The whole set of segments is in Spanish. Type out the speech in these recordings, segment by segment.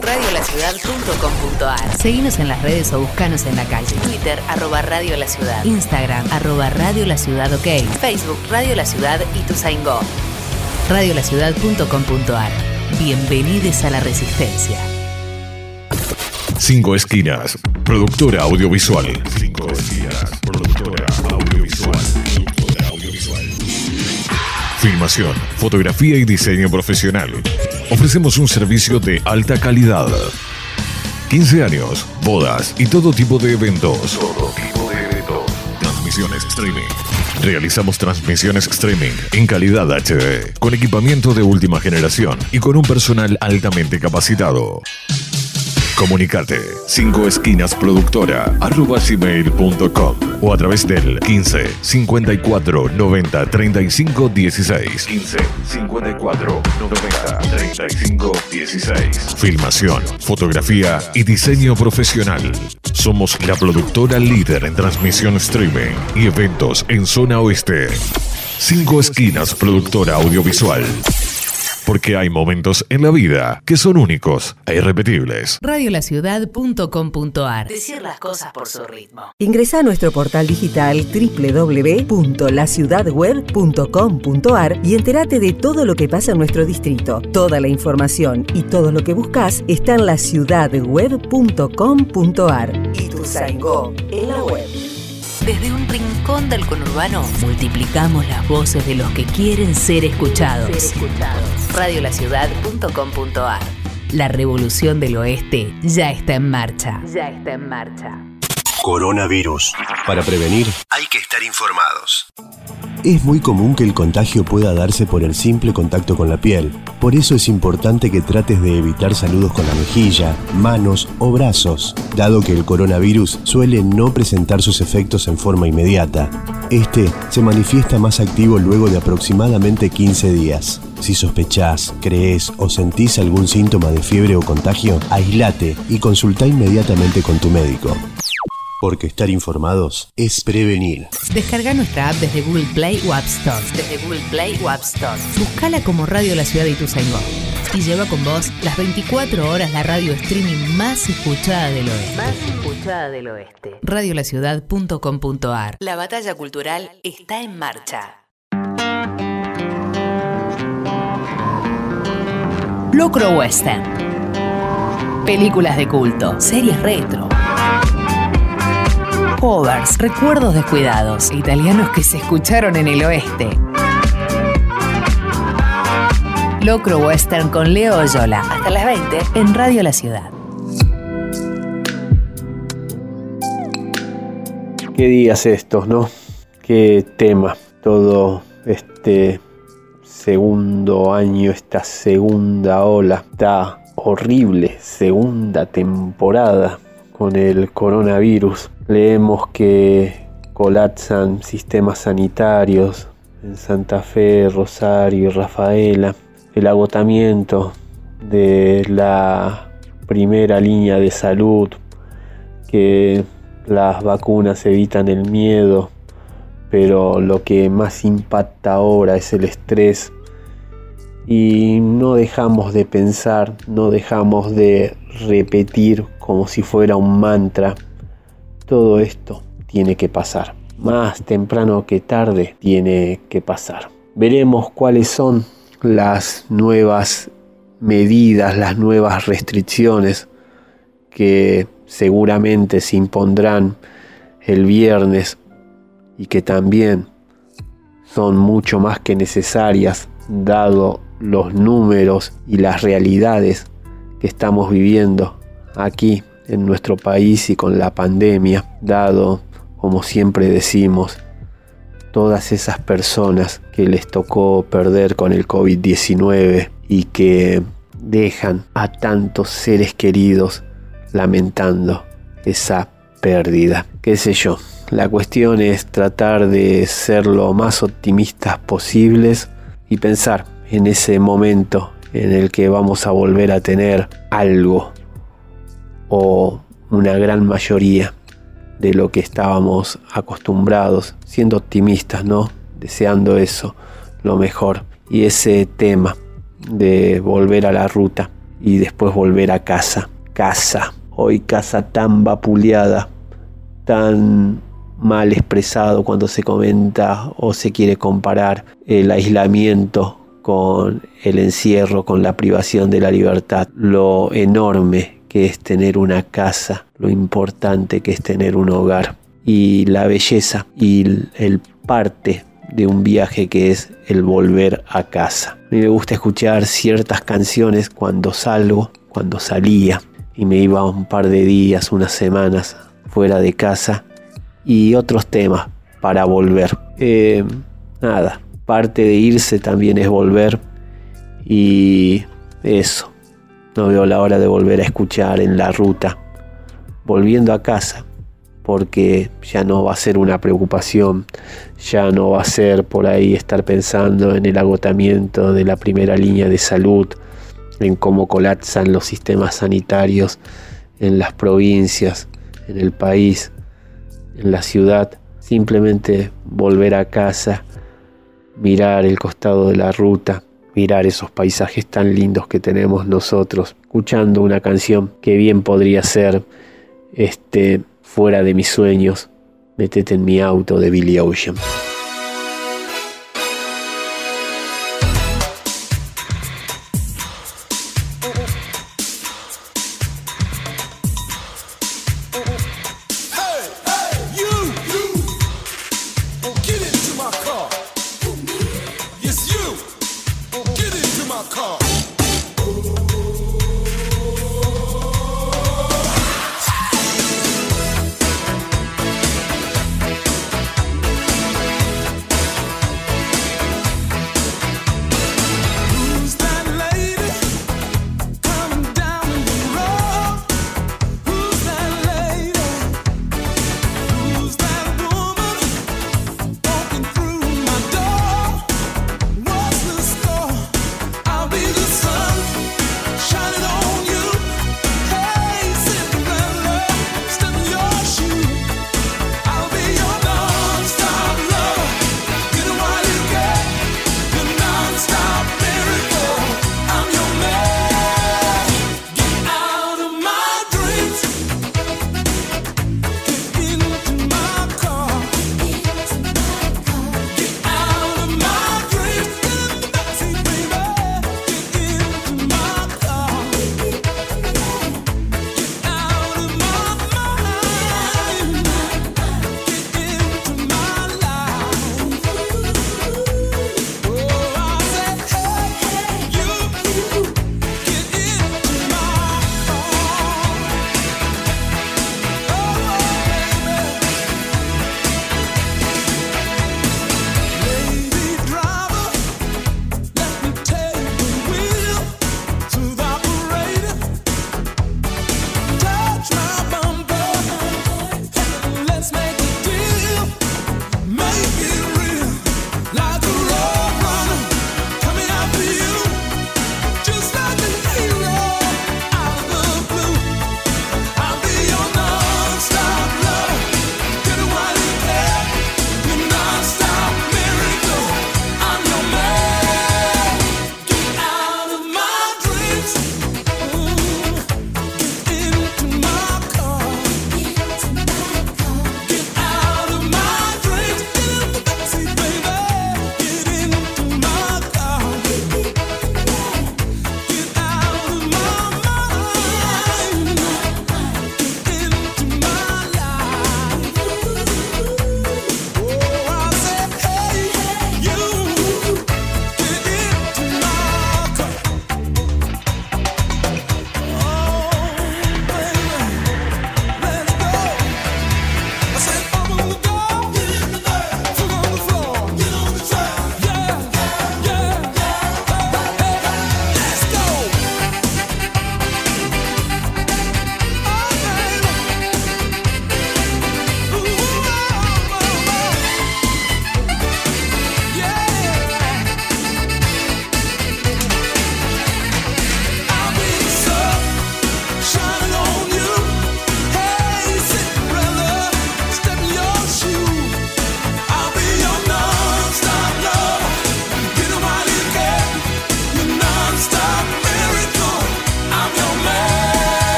radiolaciudad.com.ar. Seguinos en las redes o buscanos en la calle. Twitter, @Radio La Ciudad. Instagram, @Radio La Ciudad OK. Facebook, Radio La Ciudad y Ituzaingó. radiolaciudad.com.ar. Bienvenidos a la Resistencia. 5 Esquinas, productora audiovisual. 5 Esquinas, productora audiovisual. Filmación, fotografía y diseño profesional. Ofrecemos un servicio de alta calidad. 15 años, bodas y todo tipo de eventos. Transmisiones streaming. Realizamos transmisiones streaming en calidad HD, con equipamiento de última generación y con un personal altamente capacitado. Comunicate 5esquinasproductora@gmail.com o a través del 15 54 90 35 16. 15 54 90 35 16. Filmación, fotografía y diseño profesional. Somos la productora líder en transmisión streaming y eventos en zona oeste. 5 Esquinas, productora audiovisual. Porque hay momentos en la vida que son únicos e irrepetibles. radiolaciudad.com.ar. Decir las cosas por su ritmo. Ingresá a nuestro portal digital www.laciudadweb.com.ar y entérate de todo lo que pasa en nuestro distrito. Toda la información y todo lo que buscas está en laciudadweb.com.ar. Ituzaingó en la web. Desde un rincón del conurbano, multiplicamos las voces de los que quieren ser escuchados. radiolaciudad.com.ar. La revolución del oeste ya está en marcha. Coronavirus. Para prevenir, hay que estar informados. Es muy común que el contagio pueda darse por el simple contacto con la piel. Por eso es importante que trates de evitar saludos con la mejilla, manos o brazos, dado que el coronavirus suele no presentar sus efectos en forma inmediata. Este se manifiesta más activo luego de aproximadamente 15 días. Si sospechás, crees o sentís algún síntoma de fiebre o contagio, aislate y consultá inmediatamente con tu médico. Porque estar informados es prevenir. Descarga nuestra app desde Google Play o App Store. Búscala como Radio La Ciudad de Ituzaingó. Y lleva con vos las 24 horas la radio streaming más escuchada del oeste. radiolaciudad.com.ar. La batalla cultural está en marcha. Locro Western. Películas de culto, series retro, covers, recuerdos descuidados, italianos que se escucharon en el oeste. Locro Western con Leo Oyola, hasta las 20 en Radio La Ciudad. Qué días estos, ¿no? Qué tema. Todo este segundo año, esta segunda ola, esta horrible segunda temporada con el coronavirus. Leemos que colapsan sistemas sanitarios en Santa Fe, Rosario y Rafaela. El agotamiento de la primera línea de salud, que las vacunas evitan el miedo, pero lo que más impacta ahora es el estrés. Y no dejamos de pensar, no dejamos de repetir como si fuera un mantra: todo esto tiene que pasar. Más temprano que tarde tiene que pasar. Veremos cuáles son las nuevas medidas, las nuevas restricciones que seguramente se impondrán el viernes y que también son mucho más que necesarias, dado los números y las realidades que estamos viviendo aquí en nuestro país y con la pandemia, dado, como siempre decimos, todas esas personas que les tocó perder con el COVID-19 y que dejan a tantos seres queridos lamentando esa pérdida. Qué sé yo, la cuestión es tratar de ser lo más optimistas posibles y pensar en ese momento en el que vamos a volver a tener algo o una gran mayoría de lo que estábamos acostumbrados, siendo optimistas, ¿no? Deseando eso, lo mejor. Y ese tema de volver a la ruta y después volver a casa. Casa, hoy casa tan vapuleada, tan mal expresado cuando se comenta o se quiere comparar el aislamiento con el encierro, con la privación de la libertad, lo enorme que es tener una casa, lo importante que es tener un hogar y la belleza y el parte de un viaje que es el volver a casa. A mí me gusta escuchar ciertas canciones cuando salgo, cuando salía y me iba un par de días, unas semanas fuera de casa, y otros temas para volver. Parte de irse también es volver, y eso, no veo la hora de volver a escuchar en la ruta, volviendo a casa, porque ya no va a ser una preocupación, ya no va a ser por ahí estar pensando en el agotamiento de la primera línea de salud, en cómo colapsan los sistemas sanitarios en las provincias, en el país, en la ciudad. Simplemente volver a casa, mirar el costado de la ruta, mirar esos paisajes tan lindos que tenemos nosotros, escuchando una canción que bien podría ser Fuera de mis sueños, Métete en mi auto, de Billy Ocean.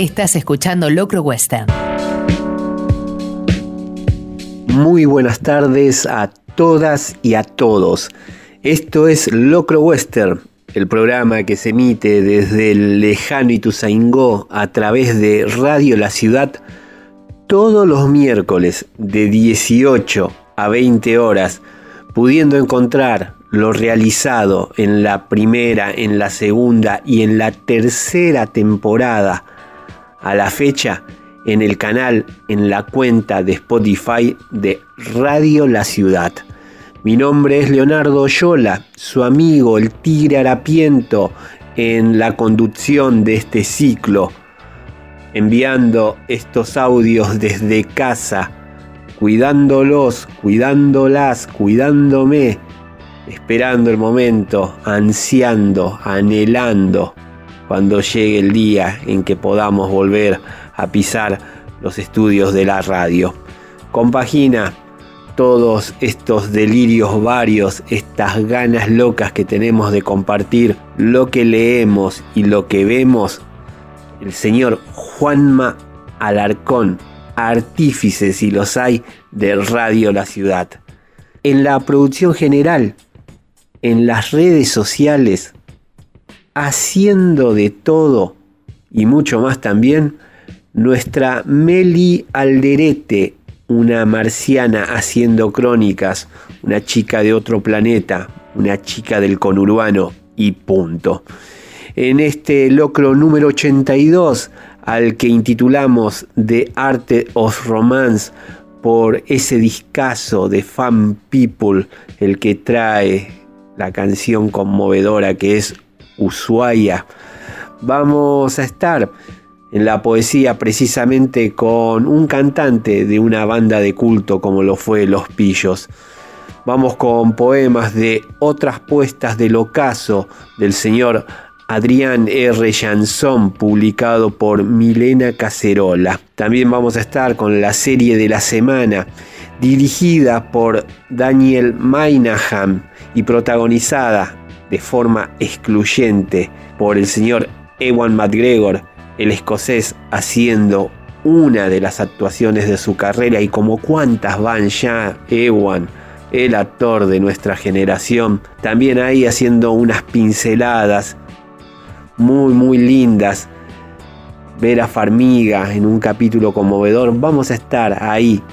Estás escuchando Locro Western. Muy buenas tardes a todas y a todos. Esto es Locro Western, el programa que se emite desde el lejano Ituzaingó a través de Radio La Ciudad todos los miércoles de 18 a 20 horas, pudiendo encontrar lo realizado en la primera, en la segunda y en la tercera temporada a la fecha en el canal, en la cuenta de Spotify de Radio La Ciudad. Mi nombre es Leonardo Oyola, su amigo el Tigre Harapiento, en la conducción de este ciclo, enviando estos audios desde casa, cuidándolos, cuidándolas, cuidándome, esperando el momento, ansiando, anhelando, cuando llegue el día en que podamos volver a pisar los estudios de la radio. Compagina todos estos delirios varios, estas ganas locas que tenemos de compartir lo que leemos y lo que vemos, el señor Juanma Alarcón, artífice, si los hay, de Radio La Ciudad. En la producción general, en las redes sociales, haciendo de todo y mucho más también, nuestra Meli Alderete, una marciana haciendo crónicas, una chica de otro planeta, una chica del conurbano y punto. En este locro número 82, al que intitulamos The Art of Romance, por ese discazo de Fan People, el que trae la canción conmovedora que es Ushuaia, vamos a estar en la poesía precisamente con un cantante de una banda de culto como lo fue Los Pillos. Vamos con poemas de Otras puestas del ocaso del señor Adrián R. Jansson, publicado por Milena Cacerola. También vamos a estar con la serie de la semana, dirigida por Daniel Minahan y protagonizada de forma excluyente por el señor Ewan McGregor, el escocés, haciendo una de las actuaciones de su carrera, y como cuántas van ya. Ewan, el actor de nuestra generación, también ahí haciendo unas pinceladas muy lindas. Vera Farmiga en un capítulo conmovedor. Vamos a estar ahí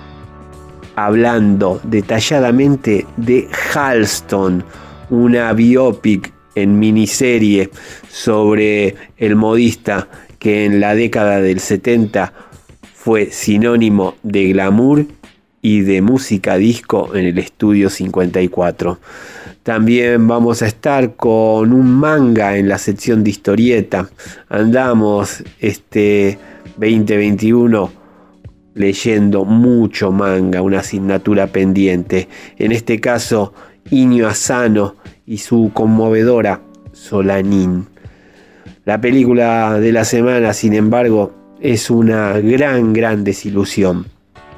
hablando detalladamente de Halston, una biopic en miniserie sobre el modista que en la década del 70 fue sinónimo de glamour y de música disco en el Estudio 54. También vamos a estar con un manga en la sección de historieta. Andamos este 2021 leyendo mucho manga, una asignatura pendiente. En este caso, Inio Asano y su conmovedora Solanin. La película de la semana, sin embargo, es una gran desilusión.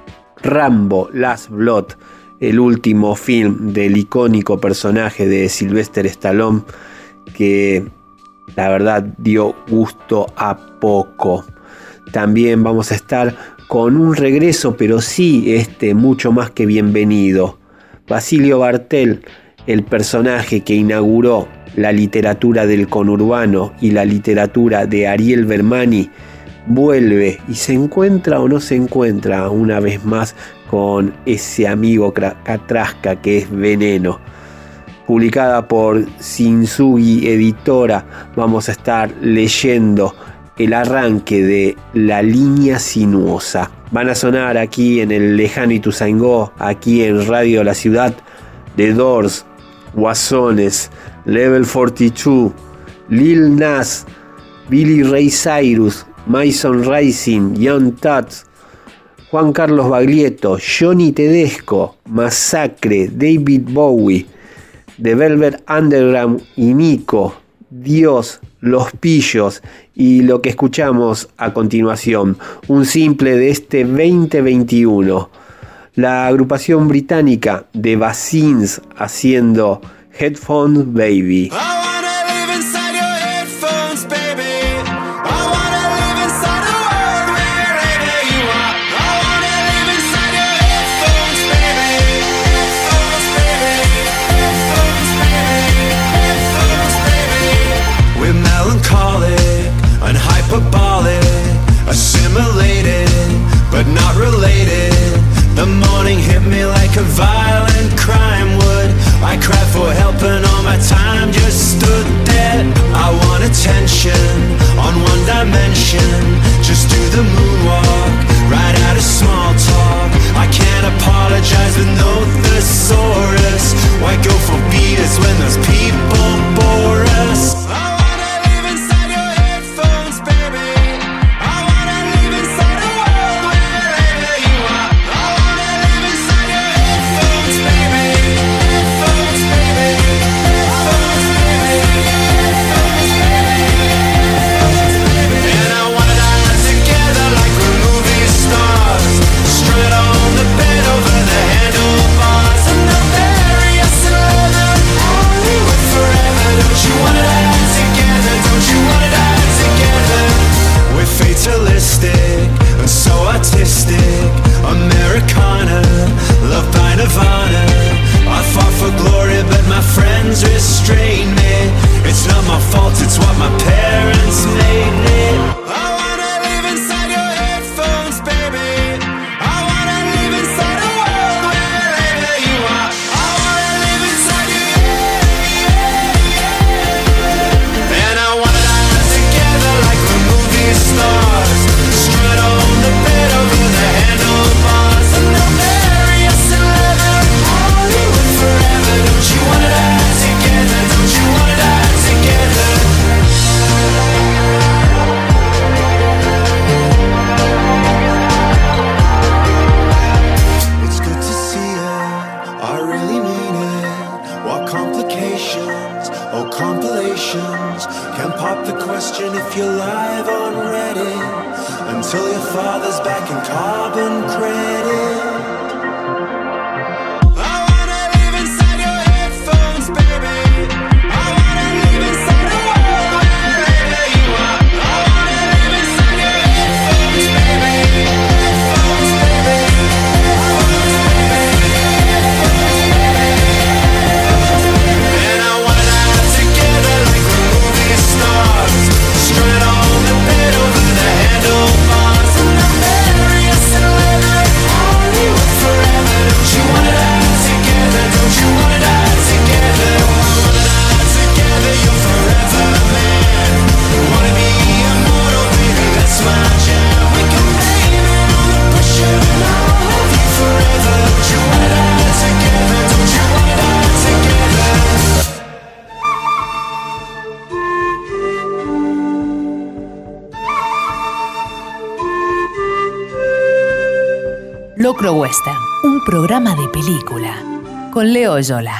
Rambo Last Blood, el último film del icónico personaje de Sylvester Stallone, que la verdad dio gusto a poco. También vamos a estar con un regreso, pero sí mucho más que bienvenido. Basilio Bartel, el personaje que inauguró la literatura del conurbano y la literatura de Ariel Bermani, vuelve y se encuentra o no se encuentra una vez más con ese amigo Catrasca que es Veneno. Publicada por Shinsugi Editora, vamos a estar leyendo el arranque de La Línea Sinuosa. Van a sonar aquí en el lejano Ituzaingó, aquí en Radio La Ciudad, The Doors, Guasones, Level 42, Lil Nas, Billy Ray Cyrus, Mason Rising, Young Tuts, Juan Carlos Baglietto, Johnny Tedesco, Masacre, David Bowie, The Velvet Underground y Nico, Dios, Los Pillos y lo que escuchamos a continuación, un simple de este 2021. La agrupación británica de Basins haciendo Headphones Baby. I wanna live inside your headphones, baby. I wanna live inside morning hit me like a violent crime would. I cried for help and all my time just stood there. I want attention on one dimension. Just do the moonwalk, right out of small talk. I can't apologize with no thesaurus. Why go for beers when those people bore us? And so artistic, Americana, loved by Nirvana. I fought for glory but my friends restrained me. It's not my fault, it's what my parents made me. I wanna live inside your headphones, baby. I wanna live inside a world wherever you are. I wanna live inside your head. And I wanna die together like we're movie stars. Strut on the bed over the handlebars. And they'll bury us in leather, Hollywood forever. Don't you wanna die together? Don't you wanna die together? It's good to see you, I really mean it. What complications, oh compilations, can pop the question if you're live on Reddit. Until your father's back in carbon credit. I wanna live inside your headphones, baby. I wanna live inside a world wherever you are. I wanna live inside your headphones, baby. Headphones, baby. And I wanna die together like we're movie stars. Straight on the bed over the handlebars. And they'll bury us in leather, Hollywood forever. Don't you wanna die together? Don't you wanna die together? I wanna die together, you're forever man. Wanna be immortal, baby, that's my jam. We can blame it on the pressure and I'll love you forever. Don't you wanna die together? Don't you wanna die together? Locro Western, un programa de película con Leo Yola.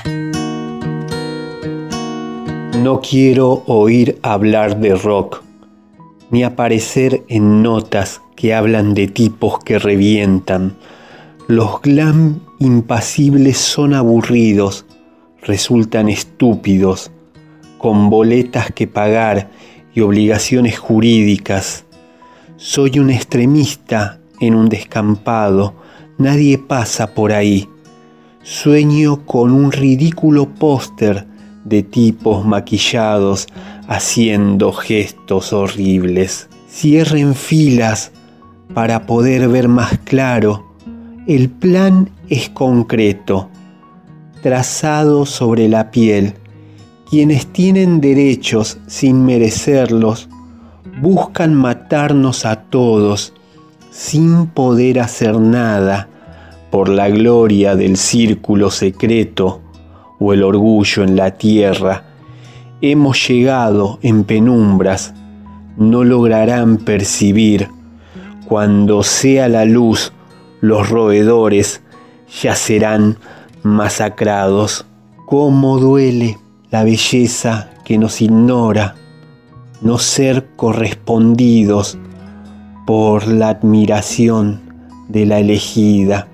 No quiero oír hablar de rock, ni aparecer en notas que hablan de tipos que revientan. Los glam impasibles son aburridos, resultan estúpidos, con boletas que pagar y obligaciones jurídicas. Soy un extremista en un descampado, nadie pasa por ahí. Sueño con un ridículo póster de tipos maquillados haciendo gestos horribles. Cierren filas para poder ver más claro. El plan es concreto, trazado sobre la piel. Quienes tienen derechos sin merecerlos buscan matarnos a todos sin poder hacer nada por la gloria del círculo secreto o el orgullo en la tierra. Hemos llegado en penumbras, no lograrán percibir. Cuando sea la luz, los roedores ya serán masacrados. Cómo duele la belleza que nos ignora, no ser correspondidos por la admiración de la elegida.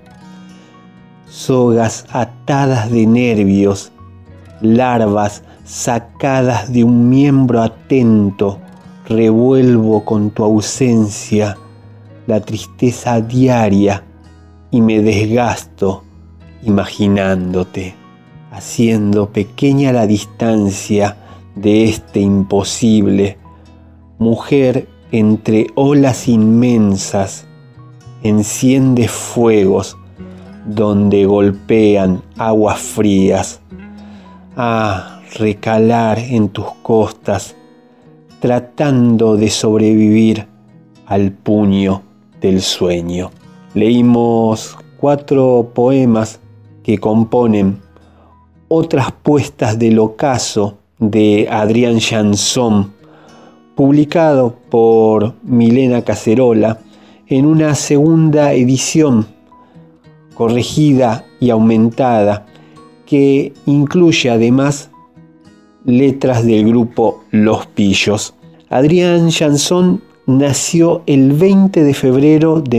Sogas atadas de nervios, larvas sacadas de un miembro atento, revuelvo con tu ausencia la tristeza diaria y me desgasto imaginándote, haciendo pequeña la distancia de este imposible. Mujer entre olas inmensas, enciende fuegos donde golpean aguas frías, a recalar en tus costas, tratando de sobrevivir al puño del sueño. Leímos 4 poemas que componen Otras puestas del ocaso de Adrián Chanson, publicado por Milena Cacerola en una segunda edición corregida y aumentada que incluye además letras del grupo Los Pillos. Adrián Chanson nació el 20 de febrero de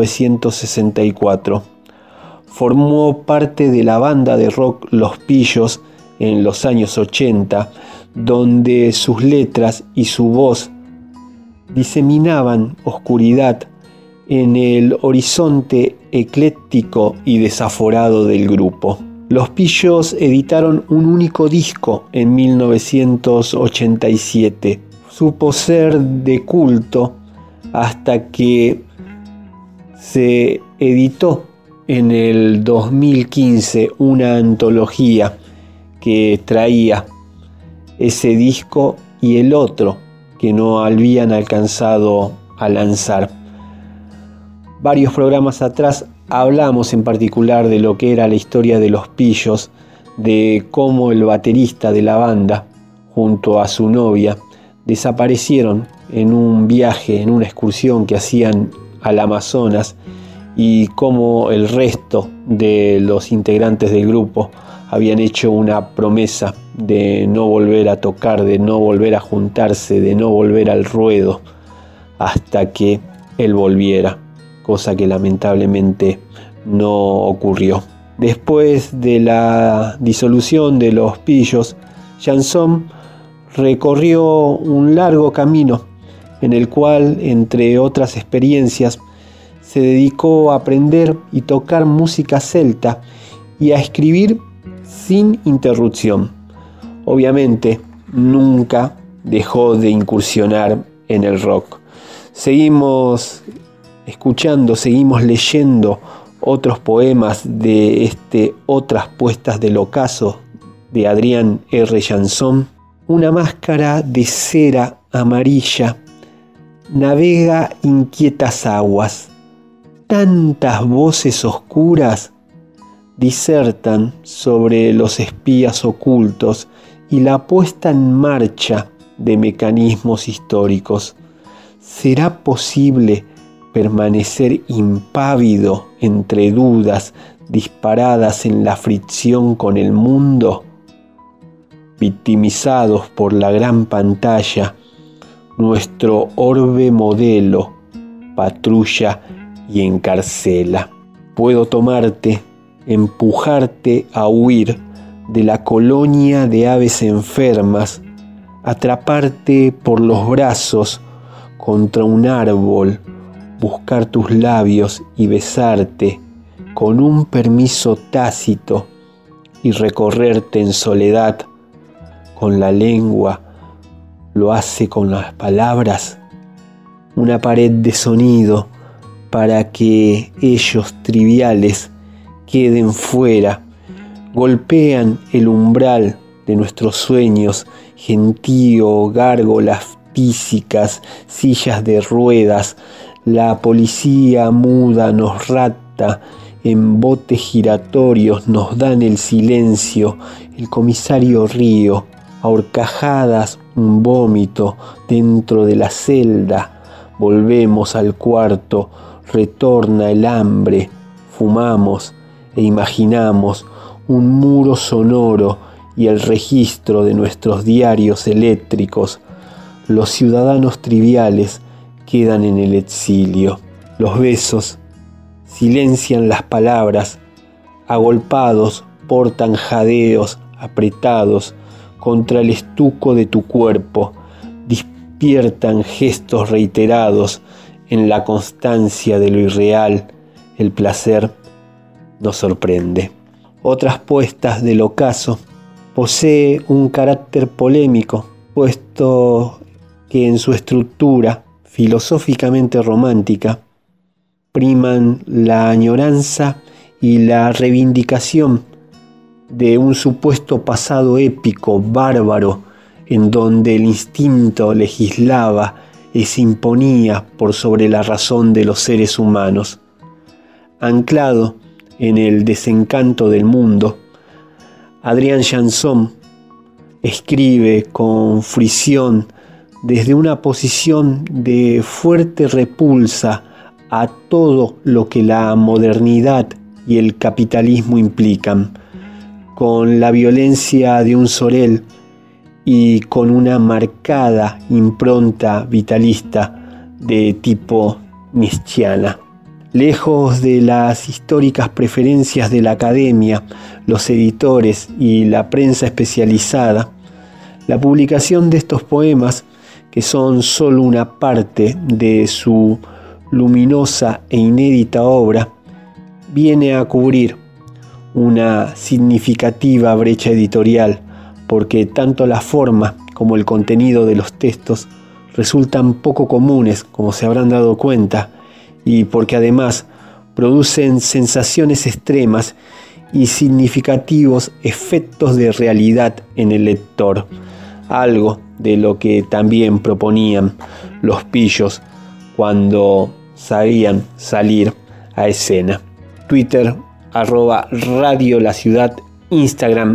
1964. Formó parte de la banda de rock Los Pillos en los años 80, donde sus letras y su voz diseminaban oscuridad en el horizonte ecléctico y desaforado del grupo. Los Pillos editaron un único disco en 1987. Supo ser de culto hasta que se editó en el 2015 una antología que traía ese disco y el otro que no habían alcanzado a lanzar. Varios programas atrás hablamos en particular de lo que era la historia de Los Pillos, de cómo el baterista de la banda, junto a su novia, desaparecieron en un viaje, en una excursión que hacían al Amazonas, y cómo el resto de los integrantes del grupo habían hecho una promesa de no volver a tocar, de no volver a juntarse, de no volver al ruedo hasta que él volviera, cosa que lamentablemente no ocurrió. Después de la disolución de Los Pillos, Chanson recorrió un largo camino en el cual, entre otras experiencias, se dedicó a aprender y tocar música celta y a escribir sin interrupción. Obviamente, nunca dejó de incursionar en el rock. Seguimos escuchando, seguimos leyendo otros poemas de Otras puestas del ocaso de Adrián R. Chanson. Una máscara de cera amarilla navega inquietas aguas. Tantas voces oscuras disertan sobre los espías ocultos y la puesta en marcha de mecanismos históricos. ¿Será posible permanecer impávido entre dudas disparadas en la fricción con el mundo? Victimizados por la gran pantalla, nuestro orbe modelo patrulla y encarcela. Puedo tomarte, empujarte a huir de la colonia de aves enfermas, atraparte por los brazos contra un árbol, buscar tus labios y besarte con un permiso tácito y recorrerte en soledad con la lengua, lo hace con las palabras, una pared de sonido para que ellos triviales queden fuera, golpean el umbral de nuestros sueños, gentío, gárgolas físicas, sillas de ruedas, la policía muda nos rapta, en botes giratorios nos dan el silencio, el comisario río, a horcajadas un vómito dentro de la celda, volvemos al cuarto, retorna el hambre, fumamos e imaginamos un muro sonoro y el registro de nuestros diarios eléctricos. Los ciudadanos triviales quedan en el exilio. Los besos silencian las palabras, agolpados portan jadeos apretados contra el estuco de tu cuerpo, despiertan gestos reiterados en la constancia de lo irreal. El placer nos sorprende. Otras puestas del ocaso posee un carácter polémico, puesto que en su estructura filosóficamente romántica priman la añoranza y la reivindicación de un supuesto pasado épico, bárbaro, en donde el instinto legislaba y se imponía por sobre la razón de los seres humanos. Anclado en el desencanto del mundo, Adrián Chanson escribe con fruición desde una posición de fuerte repulsa a todo lo que la modernidad y el capitalismo implican, con la violencia de un Sorel y con una marcada impronta vitalista de tipo nietzscheana. Lejos de las históricas preferencias de la academia, los editores y la prensa especializada, la publicación de estos poemas, que son solo una parte de su luminosa e inédita obra, viene a cubrir una significativa brecha editorial, porque tanto la forma como el contenido de los textos resultan poco comunes, como se habrán dado cuenta, y porque además producen sensaciones extremas y significativos efectos de realidad en el lector, algo de lo que también proponían los pillos cuando sabían salir a escena. Twitter, @Radio La Ciudad, Instagram,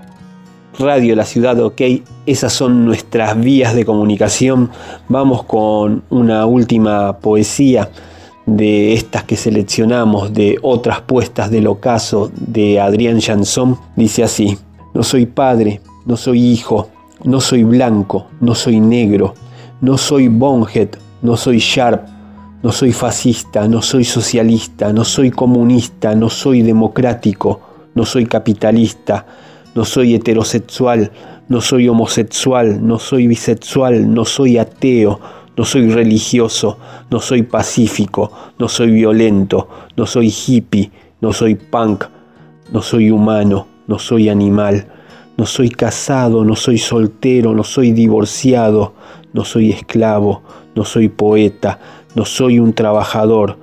Radio La Ciudad OK, esas son nuestras vías de comunicación. Vamos con una última poesía de estas que seleccionamos de Otras puestas del ocaso de Adrián Chanson. Dice así: no soy padre, no soy hijo, no soy blanco, no soy negro, no soy Bonhead, no soy Sharp, no soy fascista, no soy socialista, no soy comunista, no soy democrático, no soy capitalista, no soy heterosexual, no soy homosexual, no soy bisexual, no soy ateo, no soy religioso, no soy pacífico, no soy violento, no soy hippie, no soy punk, no soy humano, no soy animal, no soy casado, no soy soltero, no soy divorciado, no soy esclavo, no soy poeta, no soy un trabajador,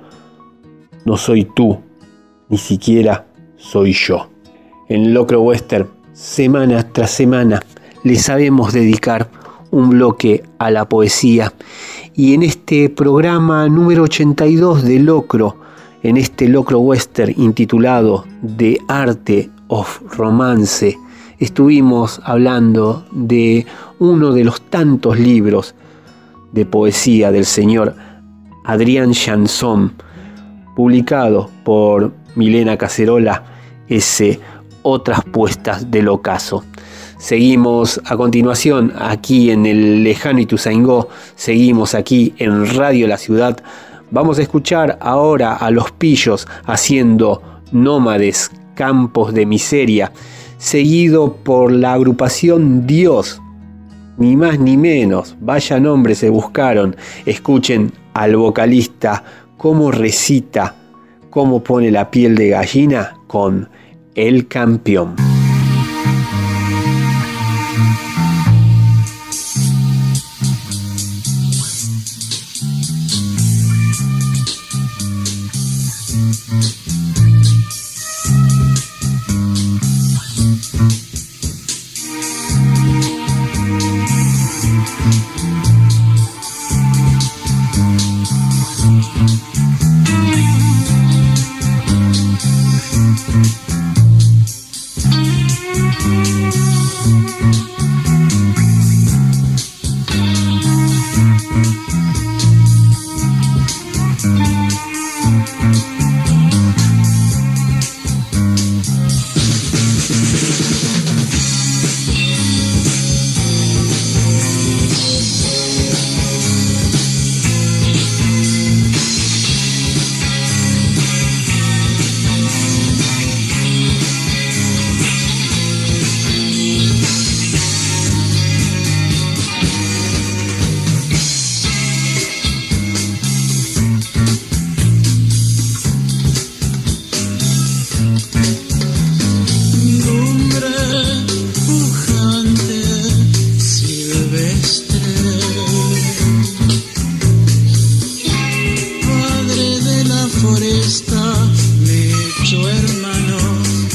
no soy tú, ni siquiera soy yo. En Locro Western, semana tras semana, le sabemos dedicar un bloque a la poesía, y en este programa número 82 de Locro, en este Locro Western intitulado The Art of Romance, estuvimos hablando de uno de los tantos libros de poesía del señor Adrián Chanson, publicado por Milena Cacerola, ese Otras puestas del ocaso. Seguimos a continuación aquí en el lejano Ituzaingó, seguimos aquí en Radio La Ciudad. Vamos a escuchar ahora a Los Pillos haciendo Nómades, Campos de Miseria, seguido por la agrupación Dios, ni más ni menos, vaya nombre se buscaron. Escuchen al vocalista cómo recita, cómo pone la piel de gallina con El Campeón.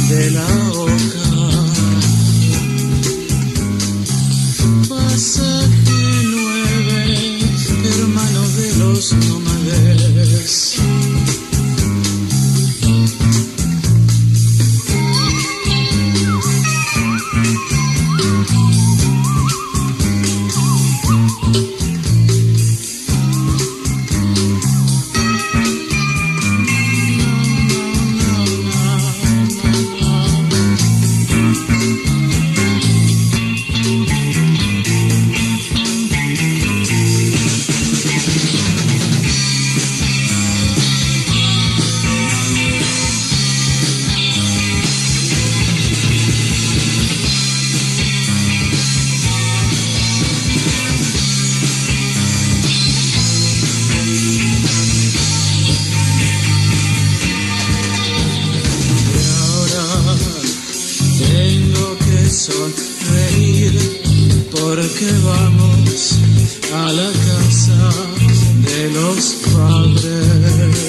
de la oca. Pasaje 9, hermano de los nómades. Porque vamos a la casa de los padres.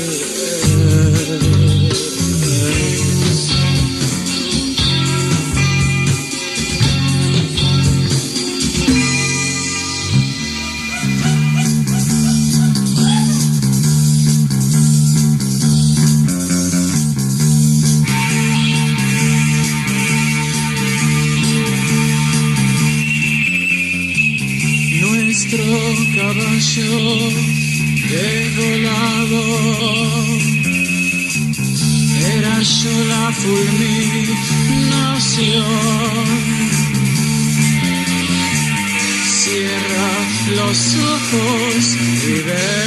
Caballo desvolado, era yo la fulminación. Cierra los ojos y ve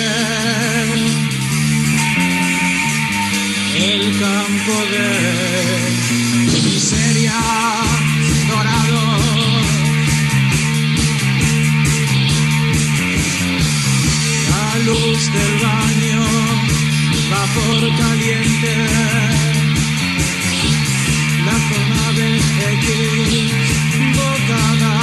el campo de miseria dorado. La luz del baño, vapor caliente, la forma de equivocada,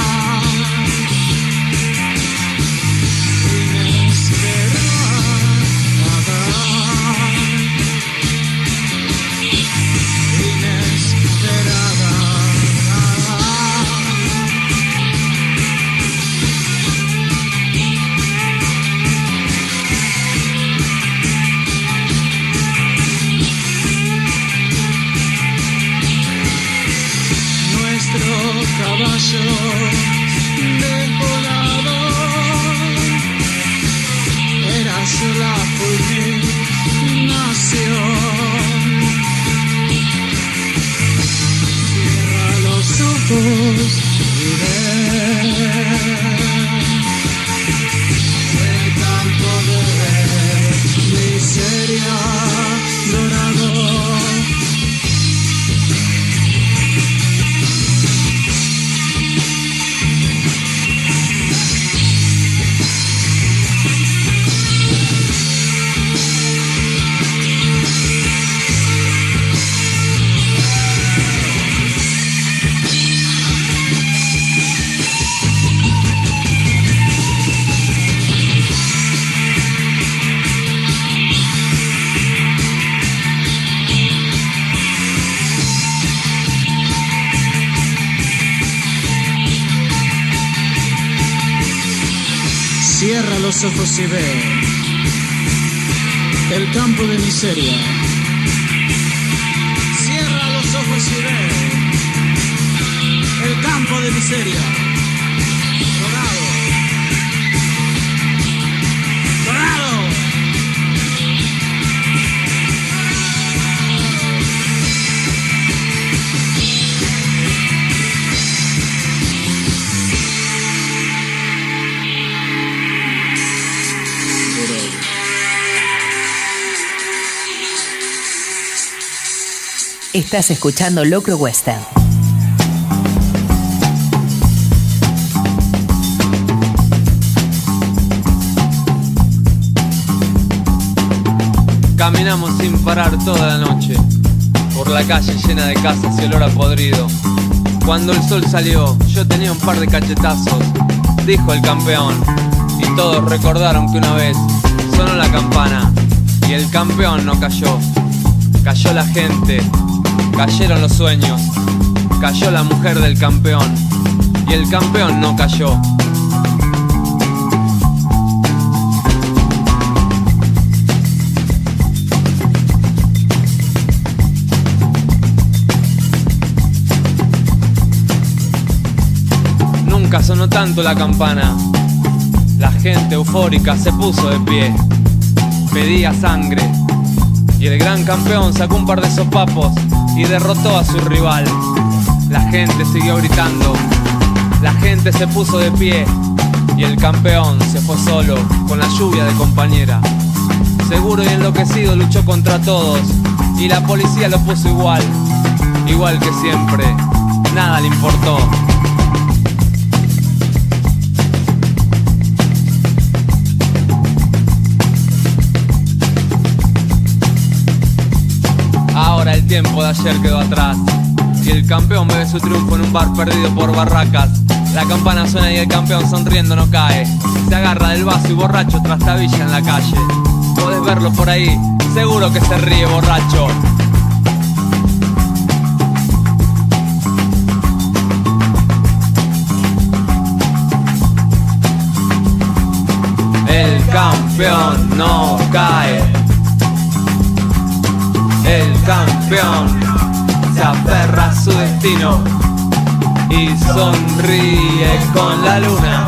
caballo desvolado, era yo la fulminación. Cierra los ojos y ve el campo de miseria dorado. Cierra los ojos y ve el campo de miseria. Cierra los ojos y ve el campo de miseria. Dorado. Dorado. Estás escuchando Locro Western. Caminamos sin parar toda la noche, por la calle llena de casas y olor a podrido. Cuando el sol salió, yo tenía un par de cachetazos, dijo el campeón. Y todos recordaron que una vez sonó la campana y el campeón no cayó. Cayó la gente, cayeron los sueños, cayó la mujer del campeón y el campeón no cayó. Nunca sonó tanto la campana, la gente eufórica se puso de pie, pedía sangre y el gran campeón sacó un par de sopapos y derrotó a su rival. La gente siguió gritando, la gente se puso de pie y el campeón se fue solo con la lluvia de compañera. Seguro y enloquecido luchó contra todos y la policía lo puso igual, igual que siempre, nada le importó. Ahora el tiempo de ayer quedó atrás y el campeón bebe su triunfo en un bar perdido por barracas. La campana suena y el campeón sonriendo no cae, se agarra del vaso y borracho trastabilla en la calle. Podés verlo por ahí, seguro que se ríe borracho. El campeón no cae, el campeón se aferra a su destino y sonríe con la luna.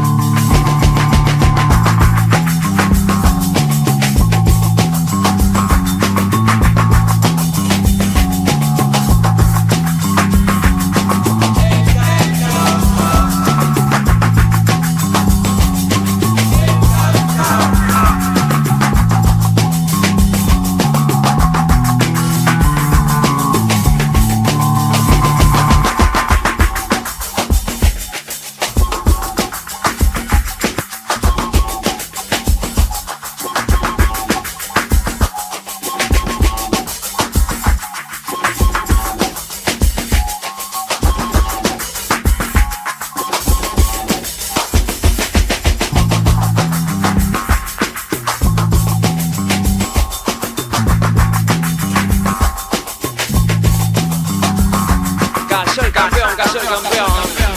Cayó el campeón.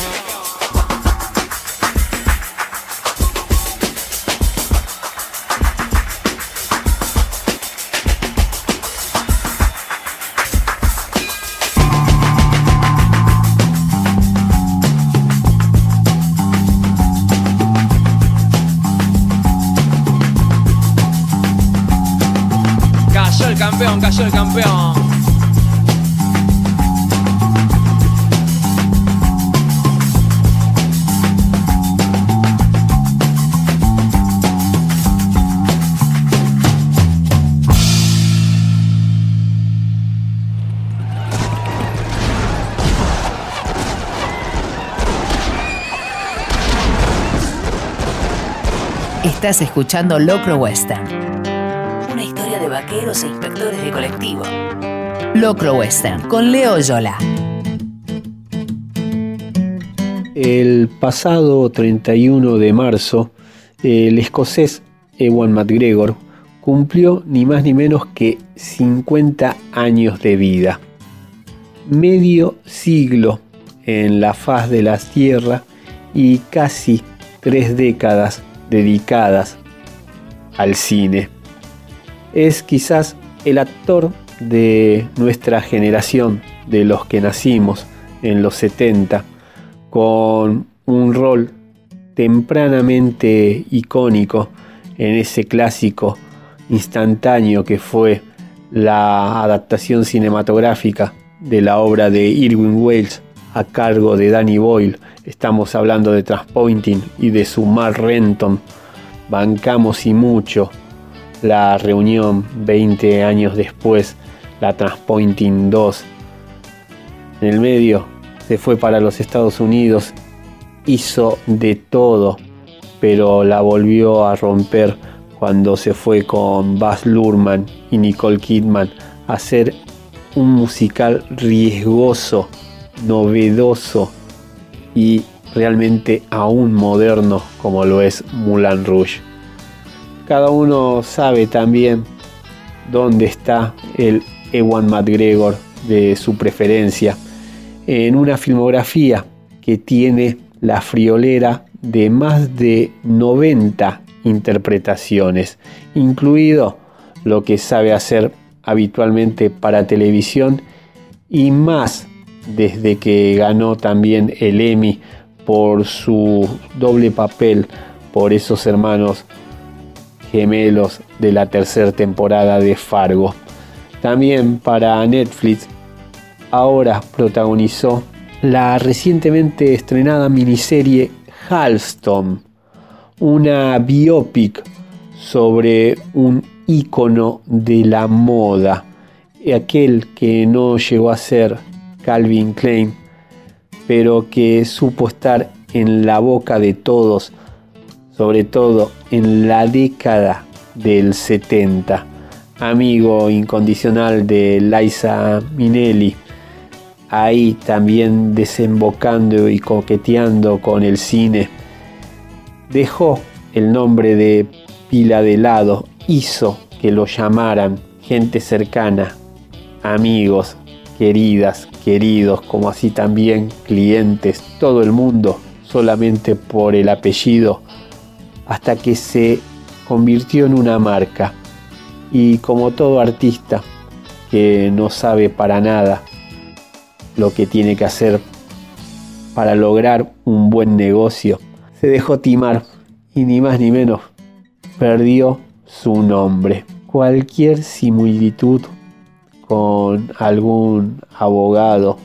Cayó el campeón. Estás escuchando Locro Western, una historia de vaqueros e inspectores de colectivo. Locro Western, con Leo Yola. El pasado 31 de marzo, el escocés Ewan McGregor cumplió ni más ni menos que 50 años de vida. Medio siglo en la faz de la tierra y casi 3 décadas dedicadas al cine. Es quizás el actor de nuestra generación, de los que nacimos en los 70, con un rol tempranamente icónico en ese clásico instantáneo que fue la adaptación cinematográfica de la obra de Irving Welsh a cargo de Danny Boyle. Estamos hablando de Trainspotting y de su Mark Renton. Bancamos y mucho la reunión 20 años después, la Trainspotting 2. En el medio se fue para los Estados Unidos, hizo de todo, pero la volvió a romper cuando se fue con Baz Luhrmann y Nicole Kidman a hacer un musical riesgoso, novedoso y realmente aún moderno como lo es Moulin Rouge. Cada uno sabe también dónde está el Ewan McGregor de su preferencia, en una filmografía que tiene la friolera de más de 90 interpretaciones, incluido lo que sabe hacer habitualmente para televisión y más desde que ganó también el Emmy por su doble papel por esos hermanos gemelos de la tercera temporada de Fargo. También para Netflix ahora protagonizó la recientemente estrenada miniserie Halston, una biopic sobre un ícono de la moda, aquel que no llegó a ser Calvin Klein, pero que supo estar en la boca de todos, sobre todo en la década del 70. Amigo incondicional de Liza Minnelli, ahí también desembocando y coqueteando con el cine. Dejó el nombre de pila de lado, hizo que lo llamaran gente cercana, amigos, queridas, queridos, como así también clientes, todo el mundo, solamente por el apellido, hasta que se convirtió en una marca. Y como todo artista que no sabe para nada lo que tiene que hacer para lograr un buen negocio, se dejó timar y ni más ni menos perdió su nombre. Cualquier similitud con algún abogado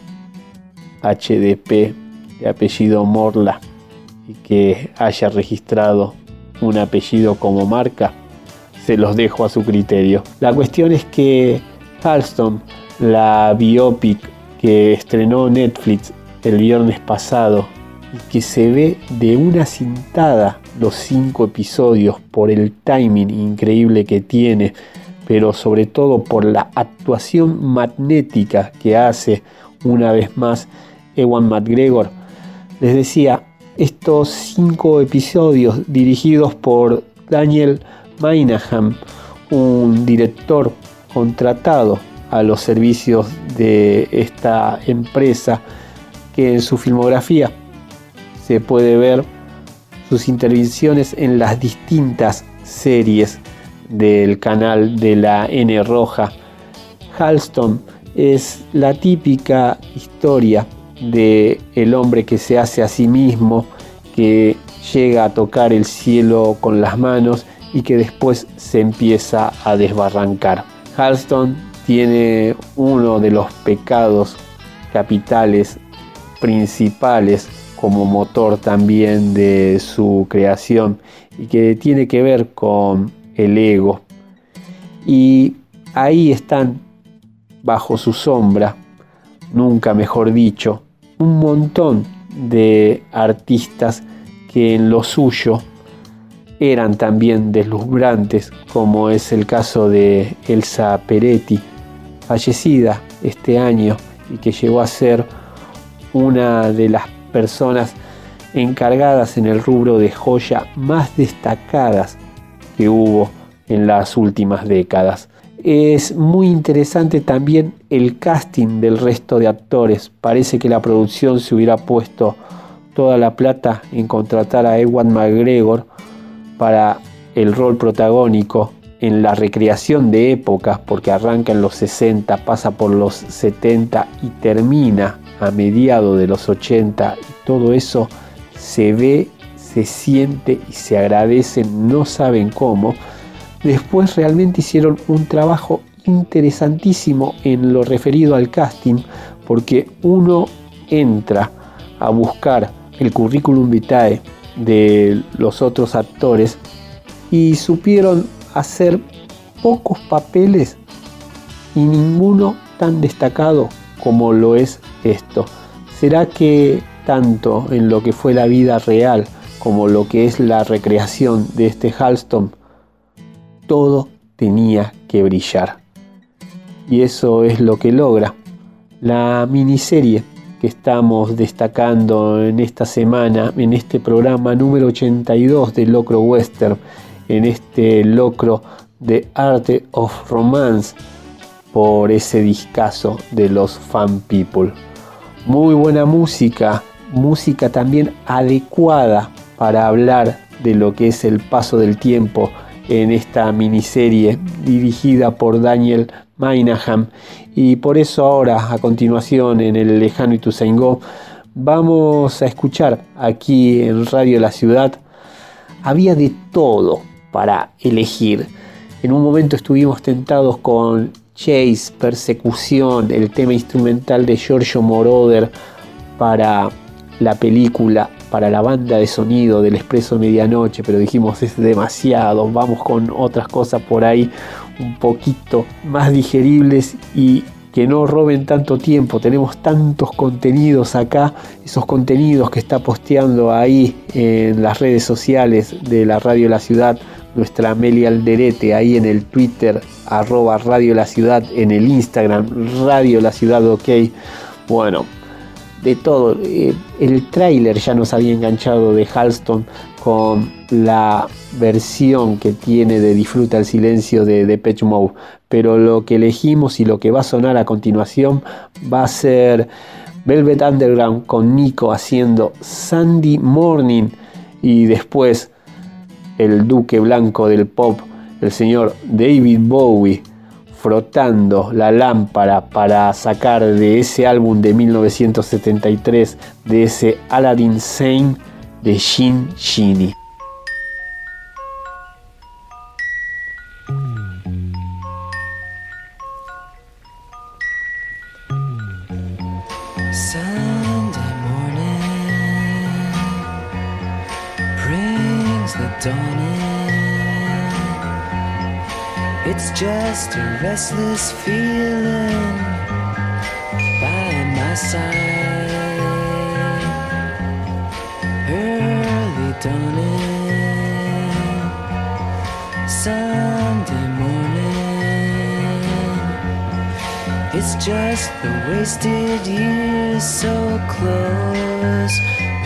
HDP de apellido Morla y que haya registrado un apellido como marca, se los dejo a su criterio. La cuestión es que Halston, la biopic que estrenó Netflix el viernes pasado y que se ve de una cintada los 5 episodios por el timing increíble que tiene, pero sobre todo por la actuación magnética que hace una vez más Ewan McGregor. Les decía, estos 5 episodios dirigidos por Daniel Minahan, un director contratado a los servicios de esta empresa, que en su filmografía se puede ver sus intervenciones en las distintas series del canal de la N Roja. Halston es la típica historia de el hombre que se hace a sí mismo, que llega a tocar el cielo con las manos y que después se empieza a desbarrancar. Halston tiene uno de los pecados capitales principales como motor también de su creación y que tiene que ver con el ego. Y ahí están, bajo su sombra, nunca mejor dicho, un montón de artistas que en lo suyo eran también deslumbrantes, como es el caso de Elsa Peretti, fallecida este año y que llegó a ser una de las personas encargadas en el rubro de joya más destacadas que hubo en las últimas décadas. Es muy interesante también el casting del resto de actores. Parece que la producción se hubiera puesto toda la plata en contratar a Ewan McGregor para el rol protagónico en la recreación de épocas, porque arranca en los 60, pasa por los 70 y termina a mediados de los 80, y todo eso se ve, se siente y se agradece, no saben cómo. Después realmente hicieron un trabajo interesantísimo en lo referido al casting, porque uno entra a buscar el currículum vitae de los otros actores y supieron hacer pocos papeles y ninguno tan destacado como lo es esto. ¿Será que tanto en lo que fue la vida real como lo que es la recreación de este Halston, todo tenía que brillar? Y eso es lo que logra la miniserie que estamos destacando en esta semana, en este programa número 82 de Locro Western, en este locro de Art of Romance, por ese discazo de los Fun People. Muy buena música, música también adecuada para hablar de lo que es el paso del tiempo en esta miniserie dirigida por Daniel Minahan. Y por eso ahora, a continuación, en el lejano Ituzaingó, vamos a escuchar aquí en Radio La Ciudad. Había de todo para elegir. En un momento estuvimos tentados con Chase, Persecución, el tema instrumental de Giorgio Moroder para la película, para la banda de sonido del Expreso Medianoche, pero dijimos es demasiado, vamos con otras cosas por ahí un poquito más digeribles y que no roben tanto tiempo. Tenemos tantos contenidos acá, esos contenidos que está posteando ahí en las redes sociales de la Radio La Ciudad, nuestra Amelia Alderete, ahí en el Twitter, @Radio La Ciudad, en el Instagram, Radio La Ciudad OK. Bueno, de todo. El tráiler ya nos había enganchado de Halston con la versión que tiene de Disfruta el Silencio de Depeche Mode, pero lo que elegimos y lo que va a sonar a continuación va a ser Velvet Underground con Nico haciendo Sunday Morning, y después el duque blanco del pop, el señor David Bowie, frotando la lámpara para sacar de ese álbum de 1973, de ese Aladdin Sane de Shin Shinny. Sunday morning brings the dawn in. It's just a restless feeling by my side. Early dawning, Sunday morning. It's just the wasted years so close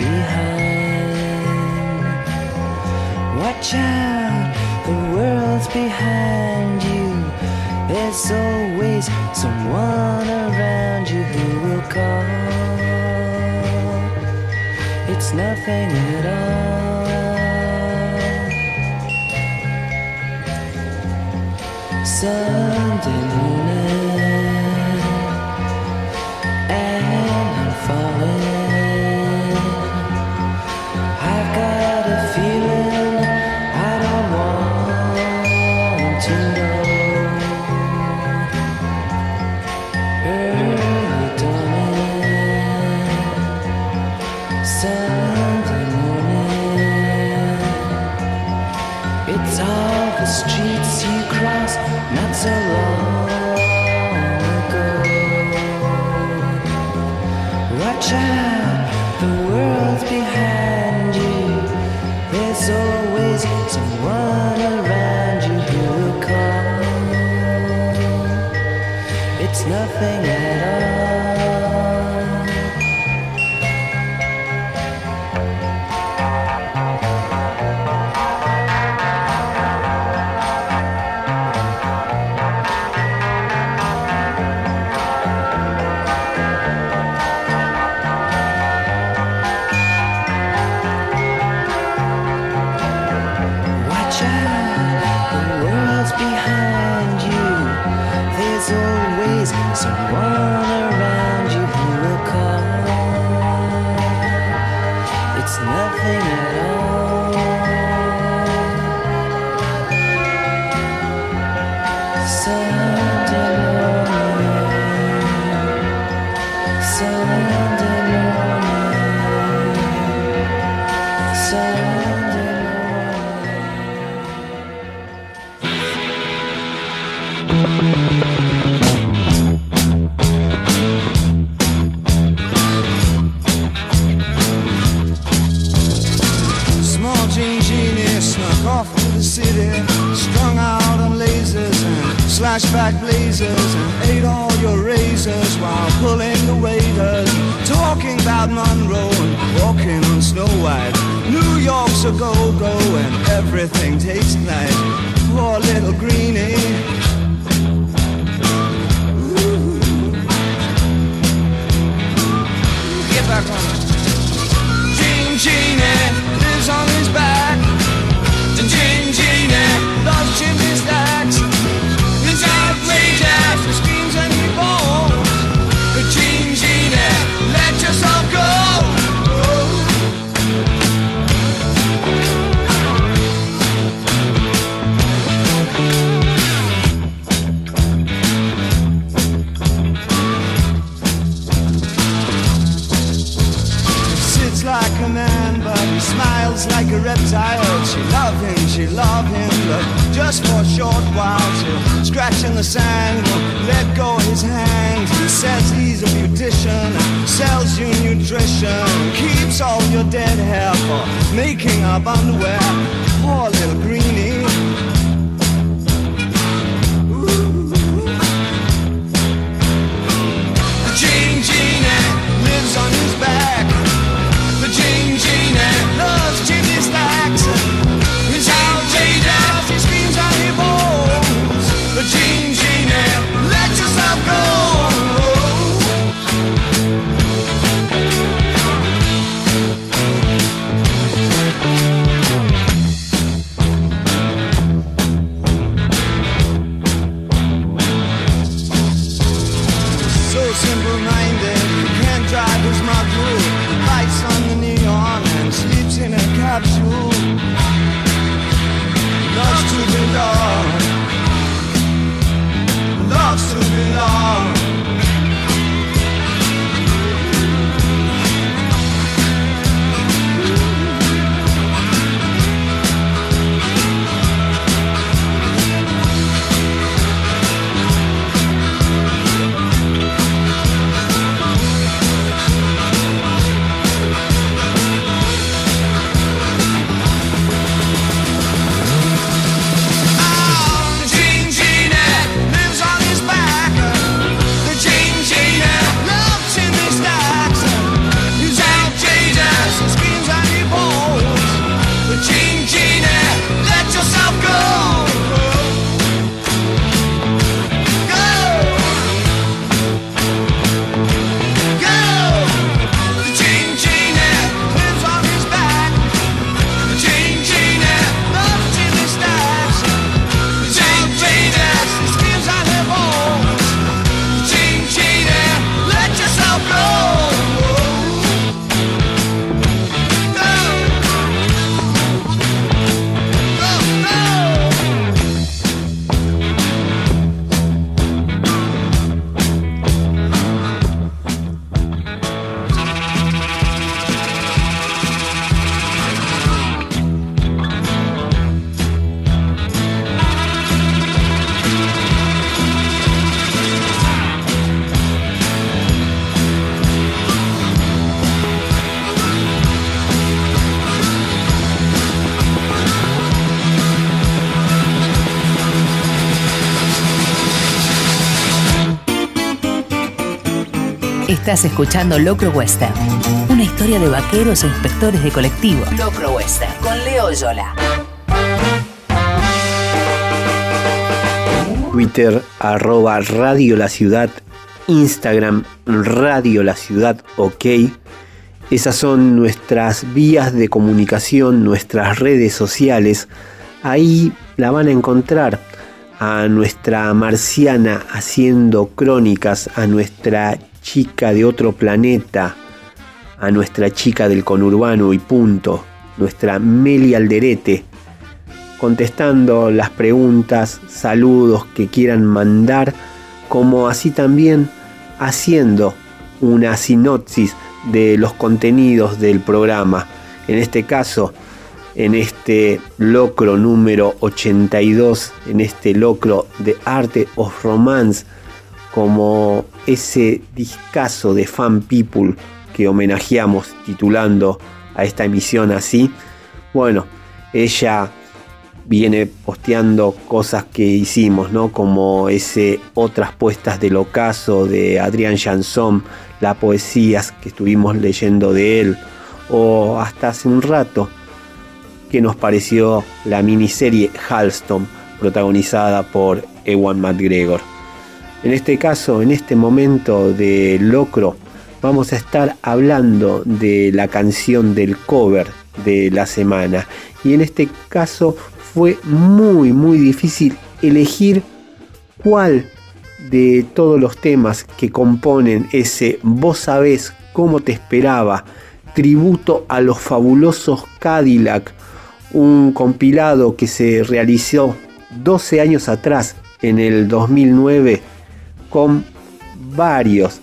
behind. Watch out, the world's behind you. There's always someone around you who will call. It's nothing at all. Sunday morning, and I'm falling. I've got a feeling I don't want to know. Early dawning, Sunday morning. It's all the streets you crossed not so long ago. Watch out, the world's behind you. There's always someone around you who will call. It's nothing at all. Watch out, the world's behind you. There's always someone around you who will call. It's nothing at all. Sunday morning, Sunday morning, Sunday morning. Small Jean Genie snuck off to the city, strung out on lasers and slashback blazers, and ate all your razors while pulling the waiters, talking about Monroe and walking on Snow White. New York's a go-go and everything takes night. Poor little greenie, back on it. Gene Genie lives on his back. And Gene Genie loves chimney stacks. He's outrageous, he screams and he moans. But Gene Genie, let yourself go. Like a man, but he smiles like a reptile. She love him, but just for a short while. She'll scratch in the sand, won't let go of his hand. He says he's a beautician, sells you nutrition, keeps all your dead hair for making up underwear. Poor little greenie. Gene Genie lives on his back. The Gene Genie loves chimney stacks. He's outrageous, he screams and he moans. The Gene Genie, let yourself go. So simple-minded, he can't drive his Magoo. Lights on the neon and sleeps in a capsule. Loves to belong. Loves to belong. Estás escuchando Locro Western, una historia de vaqueros e inspectores de colectivo. Locro Western, con Leo Yola. Twitter, @Radio La Ciudad, Instagram, Radio La Ciudad OK. Esas son nuestras vías de comunicación, nuestras redes sociales. Ahí la van a encontrar a nuestra marciana haciendo crónicas, a nuestra chica de otro planeta, a nuestra chica del conurbano y punto, nuestra Meli Alderete, contestando las preguntas, saludos que quieran mandar, como así también haciendo una sinopsis de los contenidos del programa. En este caso, en este locro número 82, en este locro de Art of Romance, como ese discazo de Fan People que homenajeamos titulando a esta emisión así. Bueno, ella viene posteando cosas que hicimos, ¿no? Como ese Otras puestas del ocaso de Adrián Chanson, las poesías que estuvimos leyendo de él, o hasta hace un rato que nos pareció la miniserie Halston, protagonizada por Ewan McGregor. En este caso, en este momento de locro, vamos a estar hablando de la canción del cover de la semana. Y en este caso fue muy difícil elegir cuál de todos los temas que componen ese Vos sabés cómo te esperaba, tributo a los fabulosos Cadillac, un compilado que se realizó 12 años atrás, en el 2009, con varios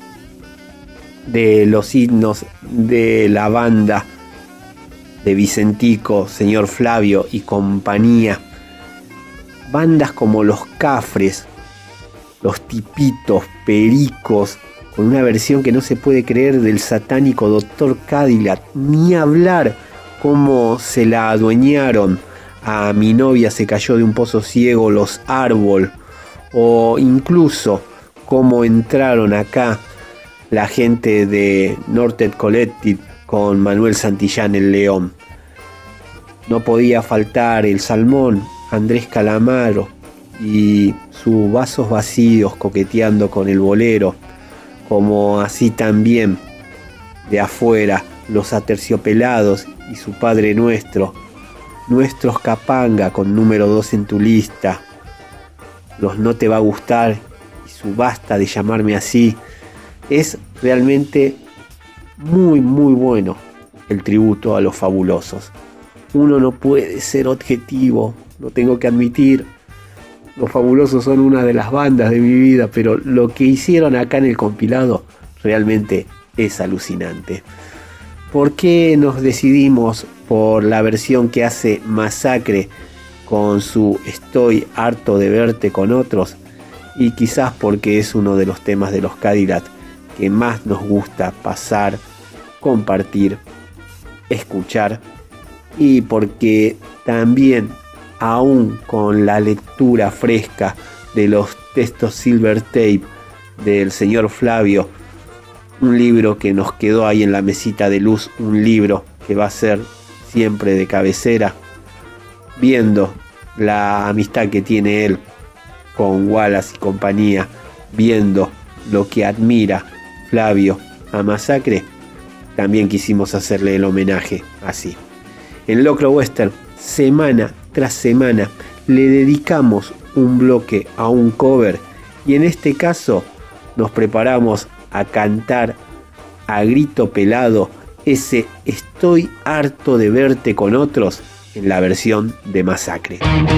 de los himnos de la banda de Vicentico, señor Flavio y compañía. Bandas como Los Cafres, Los Tipitos, Pericos, con una versión que no se puede creer del satánico Dr. Cadillac, ni hablar cómo se la adueñaron a Mi novia se cayó de un pozo ciego, Los Árbol, o incluso cómo entraron acá la gente de Norted Collective con Manuel Santillán el León. No podía faltar el Salmón, Andrés Calamaro y sus Vasos Vacíos coqueteando con el bolero, como así también de afuera Los Aterciopelados y su Padre Nuestro, Nuestros Capanga con número 2 en tu lista, los No te va a gustar y su Basta de llamarme así. Es realmente muy bueno el tributo a los fabulosos. Uno no puede ser objetivo, lo tengo que admitir. Los Fabulosos son una de las bandas de mi vida, pero lo que hicieron acá en el compilado realmente es alucinante. ¿Por qué nos decidimos por la versión que hace Masacre con su Estoy harto de verte con otros? Y quizás porque es uno de los temas de los Cadillac que más nos gusta pasar, compartir, escuchar, y porque también, aún con la lectura fresca de los textos Silver Tape del señor Flavio, un libro que nos quedó ahí en la mesita de luz, un libro que va a ser siempre de cabecera, viendo la amistad que tiene él con Wallace y compañía, viendo lo que admira Flavio a Masacre, también quisimos hacerle el homenaje así. En Locro Western, semana tras semana, le dedicamos un bloque a un cover, y en este caso nos preparamos a cantar a grito pelado ese Estoy harto de verte con otros en la versión de Masacre.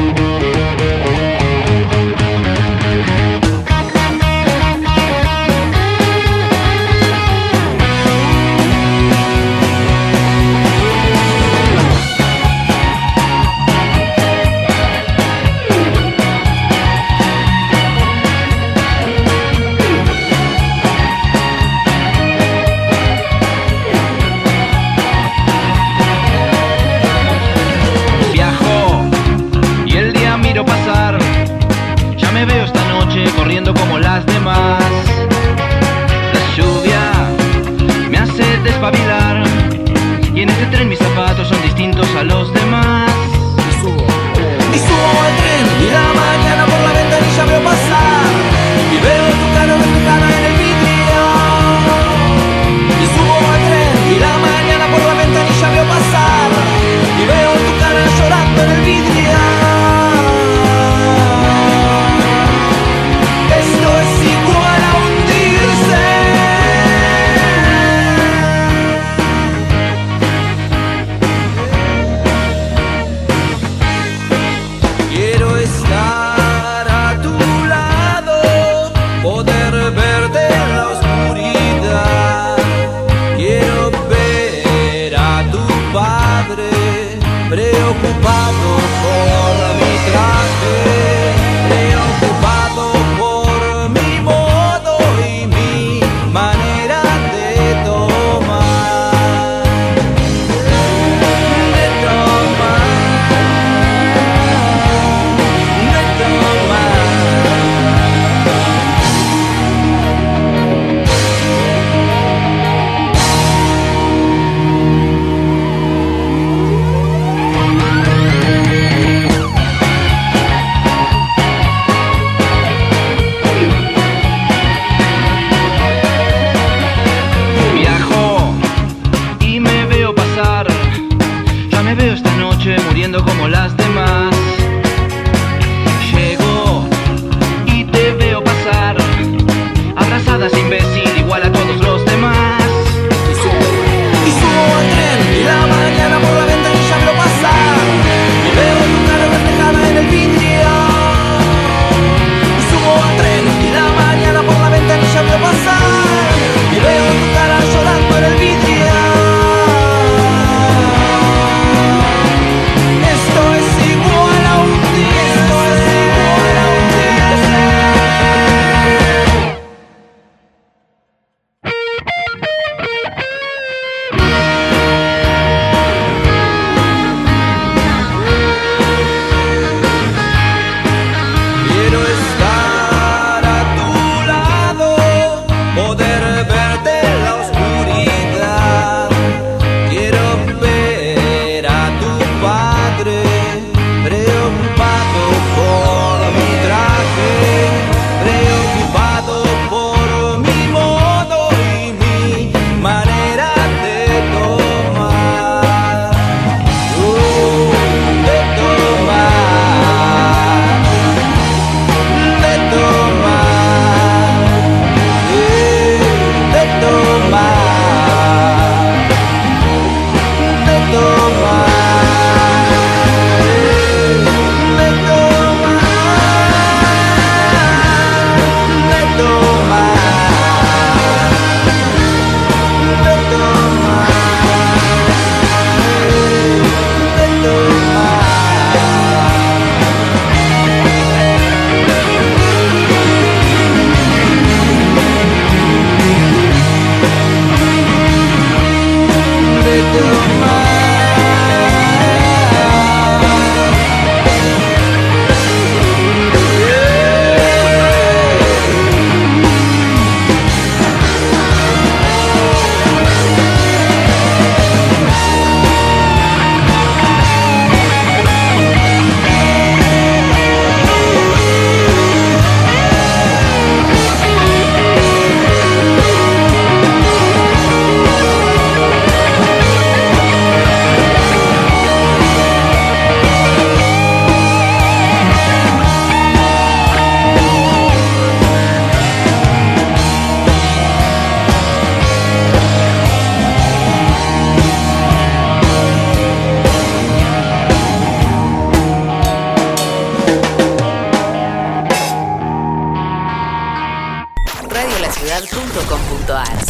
Corriendo como las demás. La lluvia me hace despabilar, y en este tren mis zapatos son distintos a los demás. Y subo al tren y la mañana por la ventanilla veo pasar, y veo tu cara en el vidrio. Y subo al tren y la mañana por la ventanilla veo pasar, y veo tu cara llorando en el vidrio. Preocupado por mi traje, preocupado por mi modo y mi manera de tomar, de tomar, de tomar.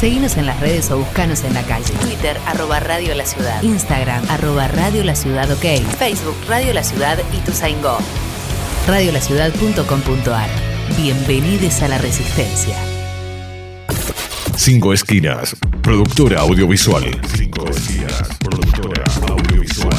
Seguinos en las redes o buscanos en la calle. Twitter, @Radio La Ciudad. Instagram, @Radio La Ciudad OK. Facebook, Radio La Ciudad y Ituzaingó. Radiolaciudad.com.ar. Bienvenidos a la Resistencia. 5 Esquinas, productora audiovisual. 5 Esquinas, productora audiovisual.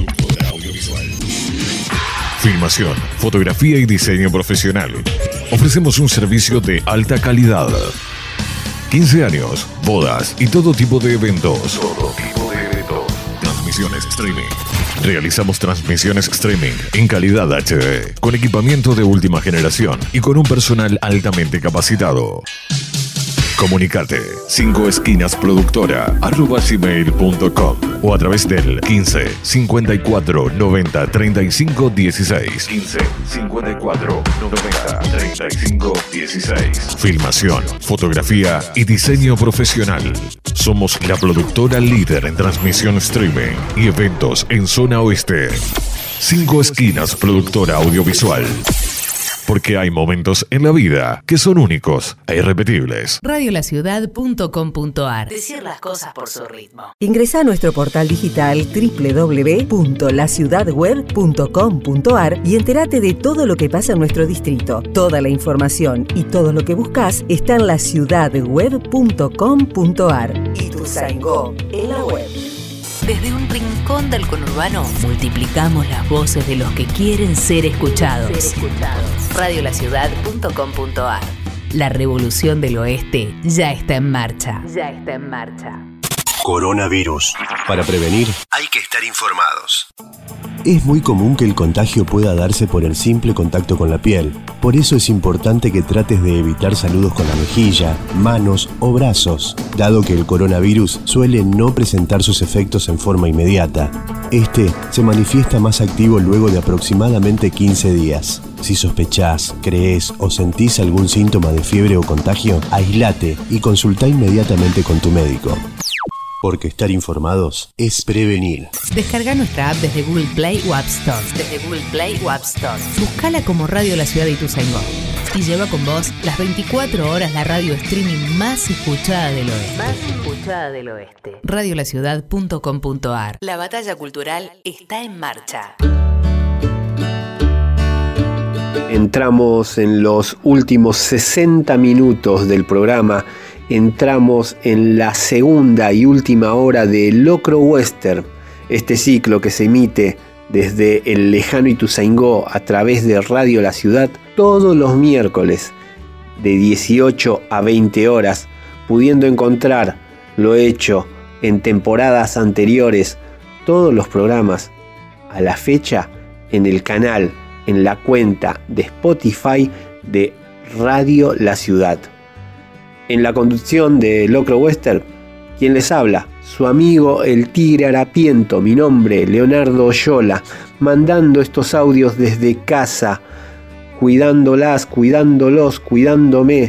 Filmación, fotografía y diseño profesional. Ofrecemos un servicio de alta calidad. 15 años, bodas y todo tipo de eventos. Transmisiones streaming. Realizamos transmisiones streaming en calidad HD, con equipamiento de última generación y con un personal altamente capacitado. Comunicate 5 Esquinas Productora @gmail.com o a través del 15 54 90 35 16. 15 54 90 35 16. Filmación, fotografía y diseño profesional. Somos la productora líder en transmisión streaming y eventos en zona oeste. 5 Esquinas Productora Audiovisual. Porque hay momentos en la vida que son únicos e irrepetibles. Radiolaciudad.com.ar. Decir las cosas por su ritmo. Ingresá a nuestro portal digital www.laciudadweb.com.ar y entérate de todo lo que pasa en nuestro distrito. Toda la información y todo lo que buscas está en laciudadweb.com.ar. Ituzaingó en la web. Desde un rincón del conurbano, multiplicamos las voces de los que quieren ser escuchados. Radiolaciudad.com.ar. La revolución del oeste ya está en marcha. Coronavirus. Para prevenir, hay que estar informados. Es muy común que el contagio pueda darse por el simple contacto con la piel. Por eso es importante que trates de evitar saludos con la mejilla, manos o brazos, dado que el coronavirus suele no presentar sus efectos en forma inmediata. Este se manifiesta más activo luego de aproximadamente 15 días. Si sospechás, crees o sentís algún síntoma de fiebre o contagio, aislate y consultá inmediatamente con tu médico. Porque estar informados es prevenir. Descarga nuestra app desde Google Play o App Store. Buscala como Radio La Ciudad de Ituzaingó. Y lleva con vos las 24 horas la radio streaming más escuchada del oeste. Radiolaciudad.com.ar. La batalla cultural está en marcha. Entramos en los últimos 60 minutos del programa. Entramos en la segunda y última hora de Locro Western, este ciclo que se emite desde el lejano Ituzaingó a través de Radio La Ciudad todos los miércoles de 18 a 20 horas, pudiendo encontrar lo hecho en temporadas anteriores, todos los programas a la fecha en el canal, en la cuenta de Spotify de Radio La Ciudad. En la conducción de Locro Western, quien les habla, su amigo el Tigre Harapiento, mi nombre, Leonardo Oyola, mandando estos audios desde casa, cuidándolas, cuidándolos, cuidándome,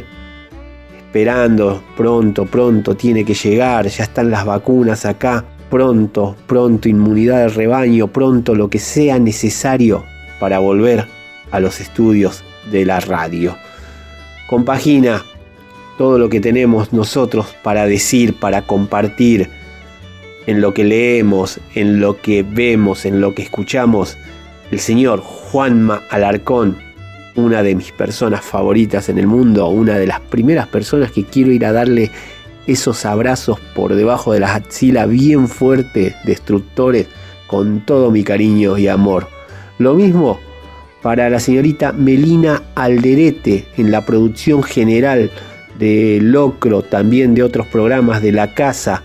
esperando, pronto tiene que llegar, ya están las vacunas acá, pronto, inmunidad de rebaño, pronto lo que sea necesario para volver a los estudios de la radio. Compagina todo lo que tenemos nosotros para decir, para compartir, en lo que leemos, en lo que vemos, en lo que escuchamos, el señor Juanma Alarcón, una de mis personas favoritas en el mundo, una de las primeras personas que quiero ir a darle esos abrazos por debajo de las axilas bien fuertes, destructores, con todo mi cariño y amor. Lo mismo para la señorita Melina Alderete en la producción general de Locro, también de otros programas de la casa,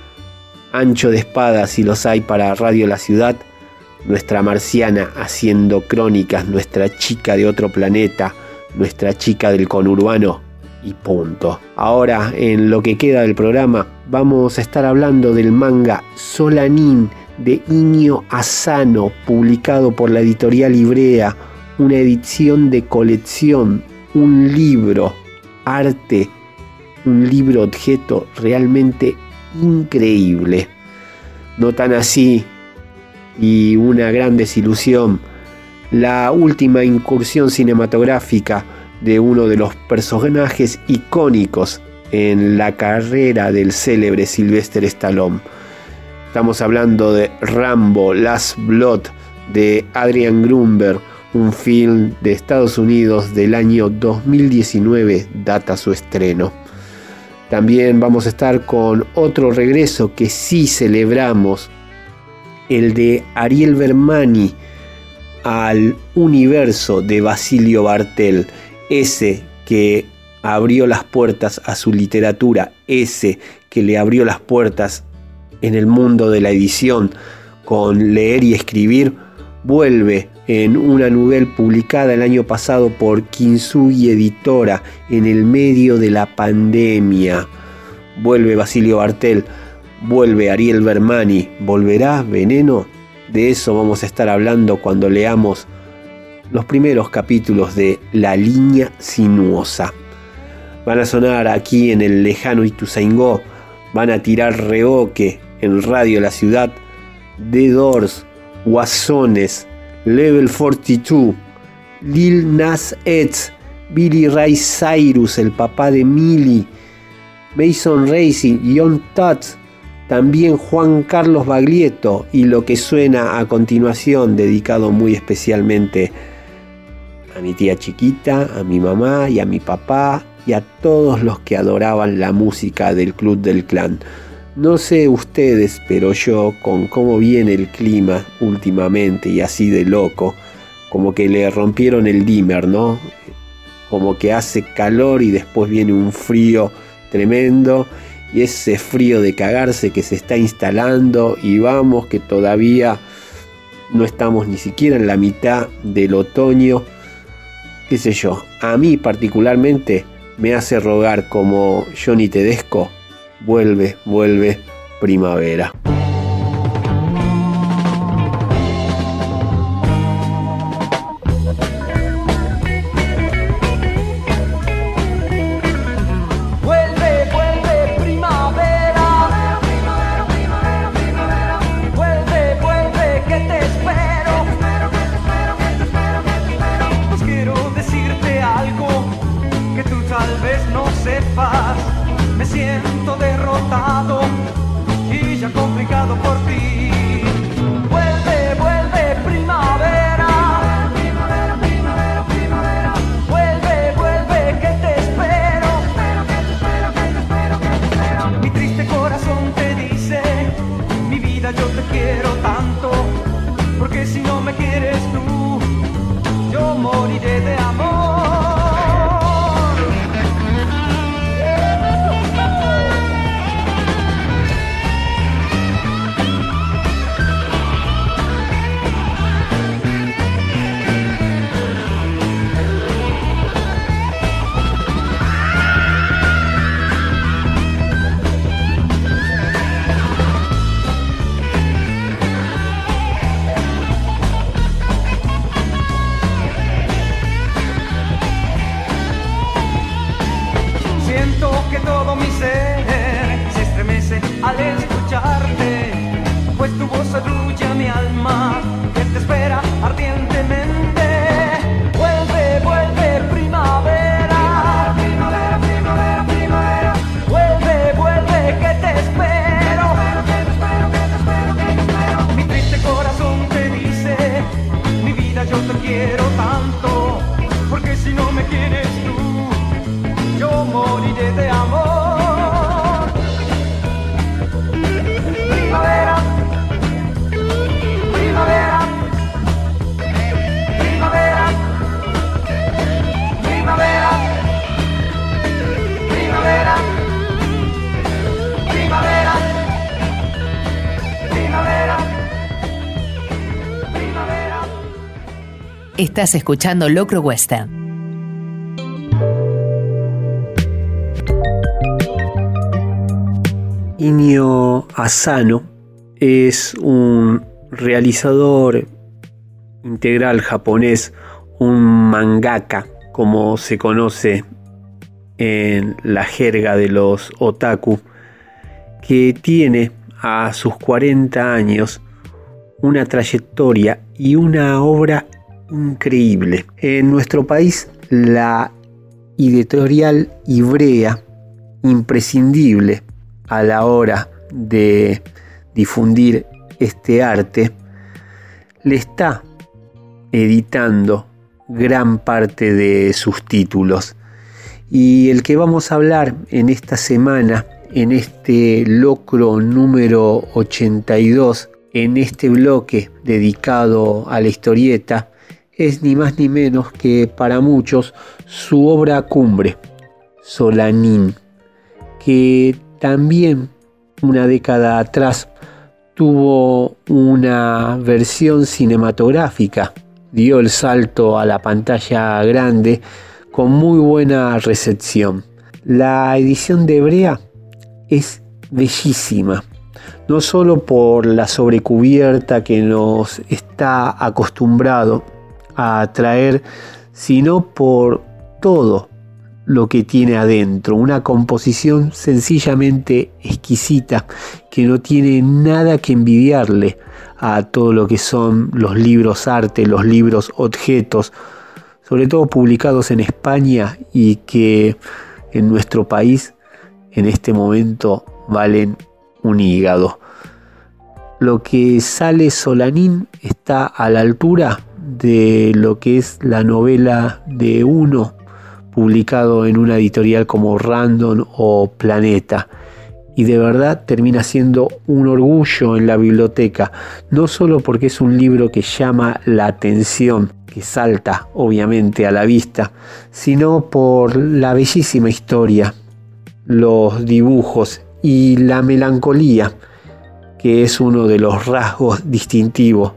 ancho de espada si los hay para Radio La Ciudad, nuestra marciana haciendo crónicas, nuestra chica de otro planeta, nuestra chica del conurbano y punto. Ahora, en lo que queda del programa, vamos a estar hablando del manga Solanin de Iño Asano, publicado por la editorial Ivrea, una edición de colección, un libro arte, un libro objeto realmente increíble. No tan así, y una gran desilusión, la última incursión cinematográfica de uno de los personajes icónicos en la carrera del célebre Sylvester Stallone. Estamos hablando de Rambo Last Blood de Adrian Grunberg, un film de Estados Unidos del año 2019, data su estreno. También vamos a estar con otro regreso que sí celebramos, el de Ariel Vermani al universo de Basilio Bartel, ese que abrió las puertas a su literatura, ese que le abrió las puertas en el mundo de la edición con Leer y Escribir, vuelve en una novela publicada el año pasado por Kintsugi Editora en el medio de la pandemia. Vuelve Basilio Bartel, vuelve Ariel Vermani, ¿volverá Veneno? De eso vamos a estar hablando cuando leamos los primeros capítulos de La Línea Sinuosa. Van a sonar aquí en el lejano Ituzaingó, van a tirar reboque en Radio La Ciudad, The Doors, Guasones, Level 42, Lil Nas X, Billy Ray Cyrus, el papá de Millie, Mason Racing, John Tutts, también Juan Carlos Baglietto y lo que suena a continuación, dedicado muy especialmente a mi tía chiquita, a mi mamá y a mi papá y a todos los que adoraban la música del Club del Clan. No sé ustedes, pero yo, con cómo viene el clima últimamente y así de loco, como que le rompieron el dimmer, ¿no? Como que hace calor y después viene un frío tremendo, y ese frío de cagarse que se está instalando, y vamos que todavía no estamos ni siquiera en la mitad del otoño. Qué sé yo, a mí particularmente me hace rogar como Johnny Tedesco: vuelve, vuelve primavera. Me siento derrotado y ya complicado por ti. Vuelve, vuelve primavera. Primavera, primavera, primavera. Vuelve, vuelve que te espero. Mi triste corazón te dice: mi vida, yo te quiero tanto, porque si no me quieres tú, yo moriré de amor. Todo mi ser se estremece al escucharte, pues tu voz arrulla mi alma, que te espera ardientemente. Vuelve, vuelve primavera. Primavera, primavera, primavera. Vuelve, vuelve que te espero. Mi triste corazón te dice: mi vida, yo te quiero tanto, porque si no me quieres tú, yo moriré de amor. Primavera, primavera, primavera, primavera, primavera, primavera, primavera, primavera. Estás escuchando Locro Western. Inio Asano es un realizador integral japonés, un mangaka, como se conoce en la jerga de los otaku, que tiene a sus 40 años una trayectoria y una obra increíble. En nuestro país, la editorial Ivrea imprescindible a la hora de difundir este arte, le está editando gran parte de sus títulos. Y el que vamos a hablar en esta semana, en este locro número 82, en este bloque dedicado a la historieta, es ni más ni menos que para muchos su obra cumbre, Solanin, que también una década atrás tuvo una versión cinematográfica, dio el salto a la pantalla grande con muy buena recepción. La edición de Hebrea es bellísima, no solo por la sobrecubierta que nos está acostumbrado a traer, sino por todo lo que tiene adentro, una composición sencillamente exquisita que no tiene nada que envidiarle a todo lo que son los libros arte, los libros objetos, sobre todo publicados en España y que en nuestro país en este momento valen un hígado. Lo que sale Solanin está a la altura de lo que es la novela de Uno, publicado en una editorial como Random o Planeta, y de verdad termina siendo un orgullo en la biblioteca, no solo porque es un libro que llama la atención, que salta obviamente a la vista, sino por la bellísima historia, los dibujos y la melancolía, que es uno de los rasgos distintivos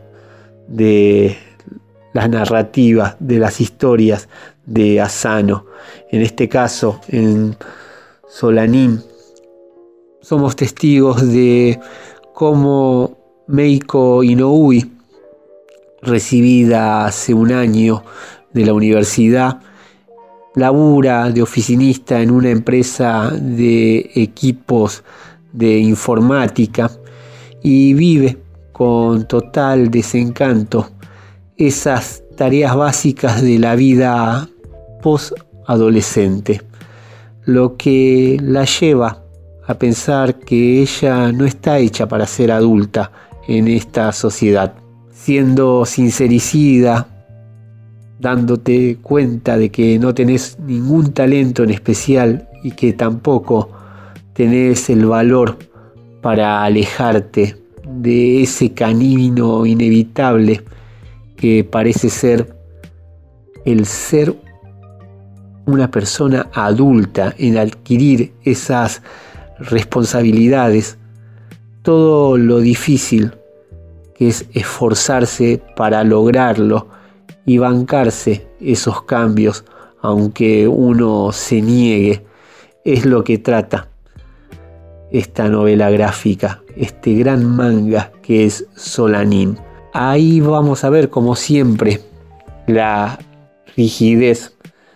de las narrativas, de las historias de Asano. En este caso, en Solanin, somos testigos de cómo Meiko Inoue, recibida hace un año de la universidad, labura de oficinista en una empresa de equipos de informática y vive con total desencanto esas tareas básicas de la vida post-adolescente, lo que la lleva a pensar que ella no está hecha para ser adulta en esta sociedad. Siendo sincericida, dándote cuenta de que no tenés ningún talento en especial y que tampoco tenés el valor para alejarte de ese camino inevitable que parece ser el ser una persona adulta, en adquirir esas responsabilidades, todo lo difícil que es esforzarse para lograrlo y bancarse esos cambios, aunque uno se niegue, es lo que trata esta novela gráfica, este gran manga que es Solanin. Ahí vamos a ver, como siempre, la rigidez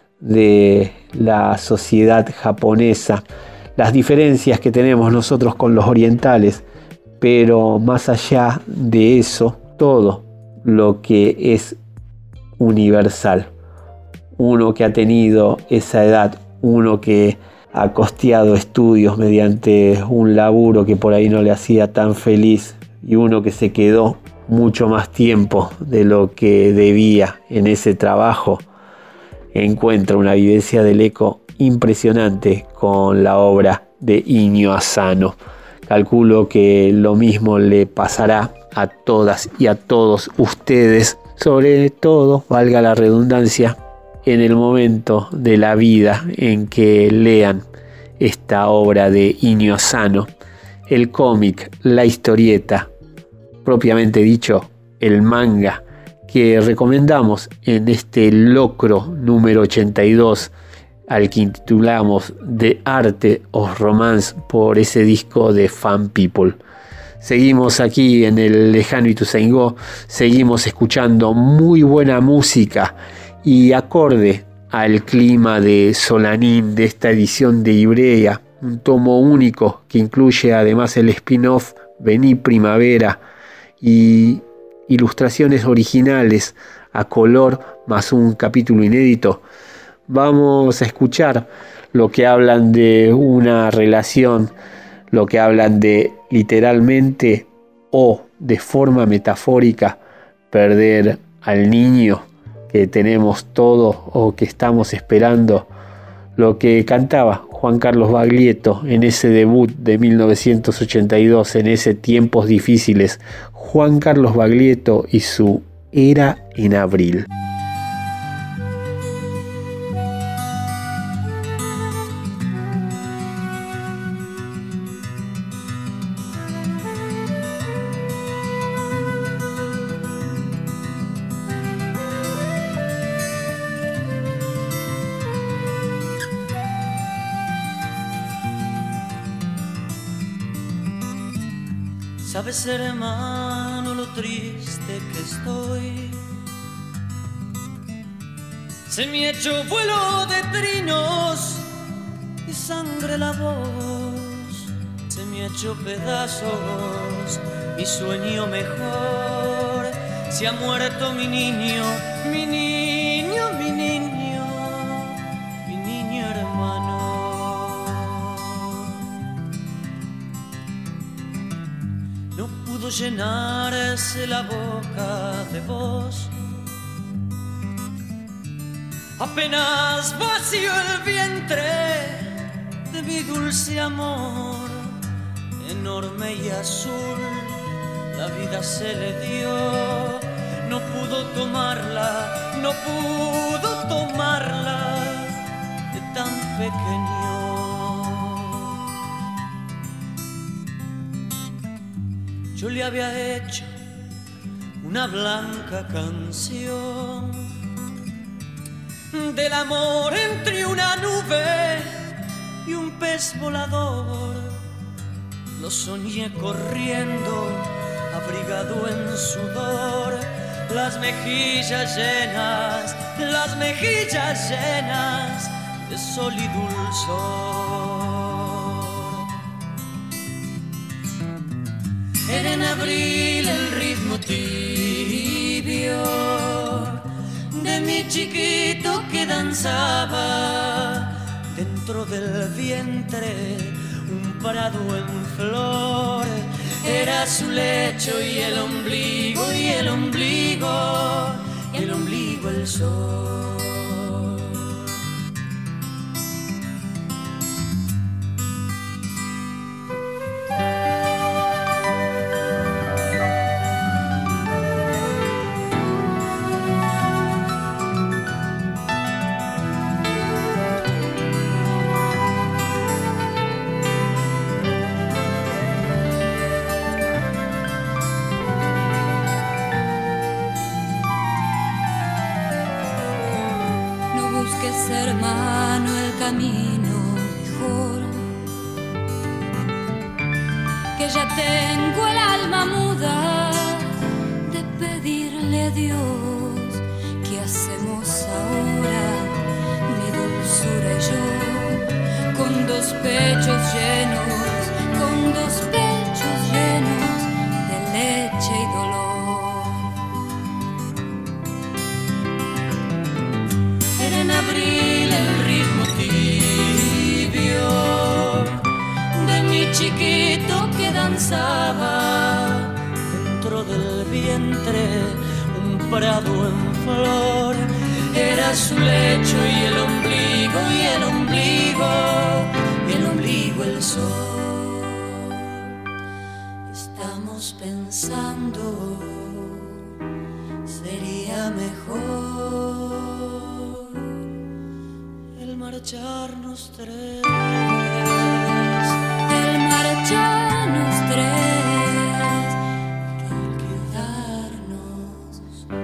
de la sociedad japonesa, las diferencias que tenemos nosotros con los orientales, pero más allá de eso, todo lo que es universal. Uno que ha tenido esa edad, uno que ha costeado estudios mediante un laburo que por ahí no le hacía tan feliz, y uno que se quedó mucho más tiempo de lo que debía en ese trabajo, encuentra una vivencia del eco impresionante con la obra de Inyo Asano. Calculo que lo mismo le pasará a todas y a todos ustedes, sobre todo, valga la redundancia, en el momento de la vida en que lean esta obra de Inyo Asano, el cómic, la historieta, propiamente dicho, el manga, que recomendamos en este locro número 82, al que intitulamos The Art of Romance por ese disco de Fan People. Seguimos aquí en el lejano Ituzaingó, seguimos escuchando muy buena música y acorde al clima de Solanin, de esta edición de Ibrea, un tomo único que incluye además el spin-off Vení Primavera y ilustraciones originales a color más un capítulo inédito. Vamos a escuchar lo que hablan de una relación, lo que hablan de literalmente o de forma metafórica perder al niño que tenemos todos o que estamos esperando, lo que cantaba Juan Carlos Baglietto en ese debut de 1982, en ese Tiempos Difíciles. Juan Carlos Baglietto y su Era en Abril. Sabes, hermano, lo triste que estoy. Se me ha hecho vuelo de trinos y sangre la voz. Se me ha hecho pedazos mi sueño mejor. Se ha muerto mi niño, mi niño, mi niño, mi niño hermano. No pudo llenarse la boca de vos. Apenas vació el vientre de mi dulce amor. Enorme y azul, la vida se le dio. No pudo tomarla, no pudo tomarla de tan pequeño. Yo le había hecho una blanca canción del amor entre una nube y un pez volador. Lo soñé corriendo, abrigado en sudor, las mejillas llenas de sol y dulzor. Era en abril el ritmo tibio de mi chiquito que danzaba dentro del vientre, un prado en flor. Era su lecho y el ombligo, y el ombligo, y el ombligo el sol. Hermano, el camino mejor, que ya tengo el alma muda de pedirle a Dios. ¿Qué hacemos ahora, mi dulzura y yo, con dos pechos llenos, con dos pechos llenos de leche y dolor? En abril el ritmo tibio de mi chiquito que danzaba dentro del vientre, un prado en flor. Era su lecho y el ombligo, y el ombligo, y el ombligo el sol. Estamos pensando, sería mejor marcharnos tres, el marcharnos tres, que el quedarnos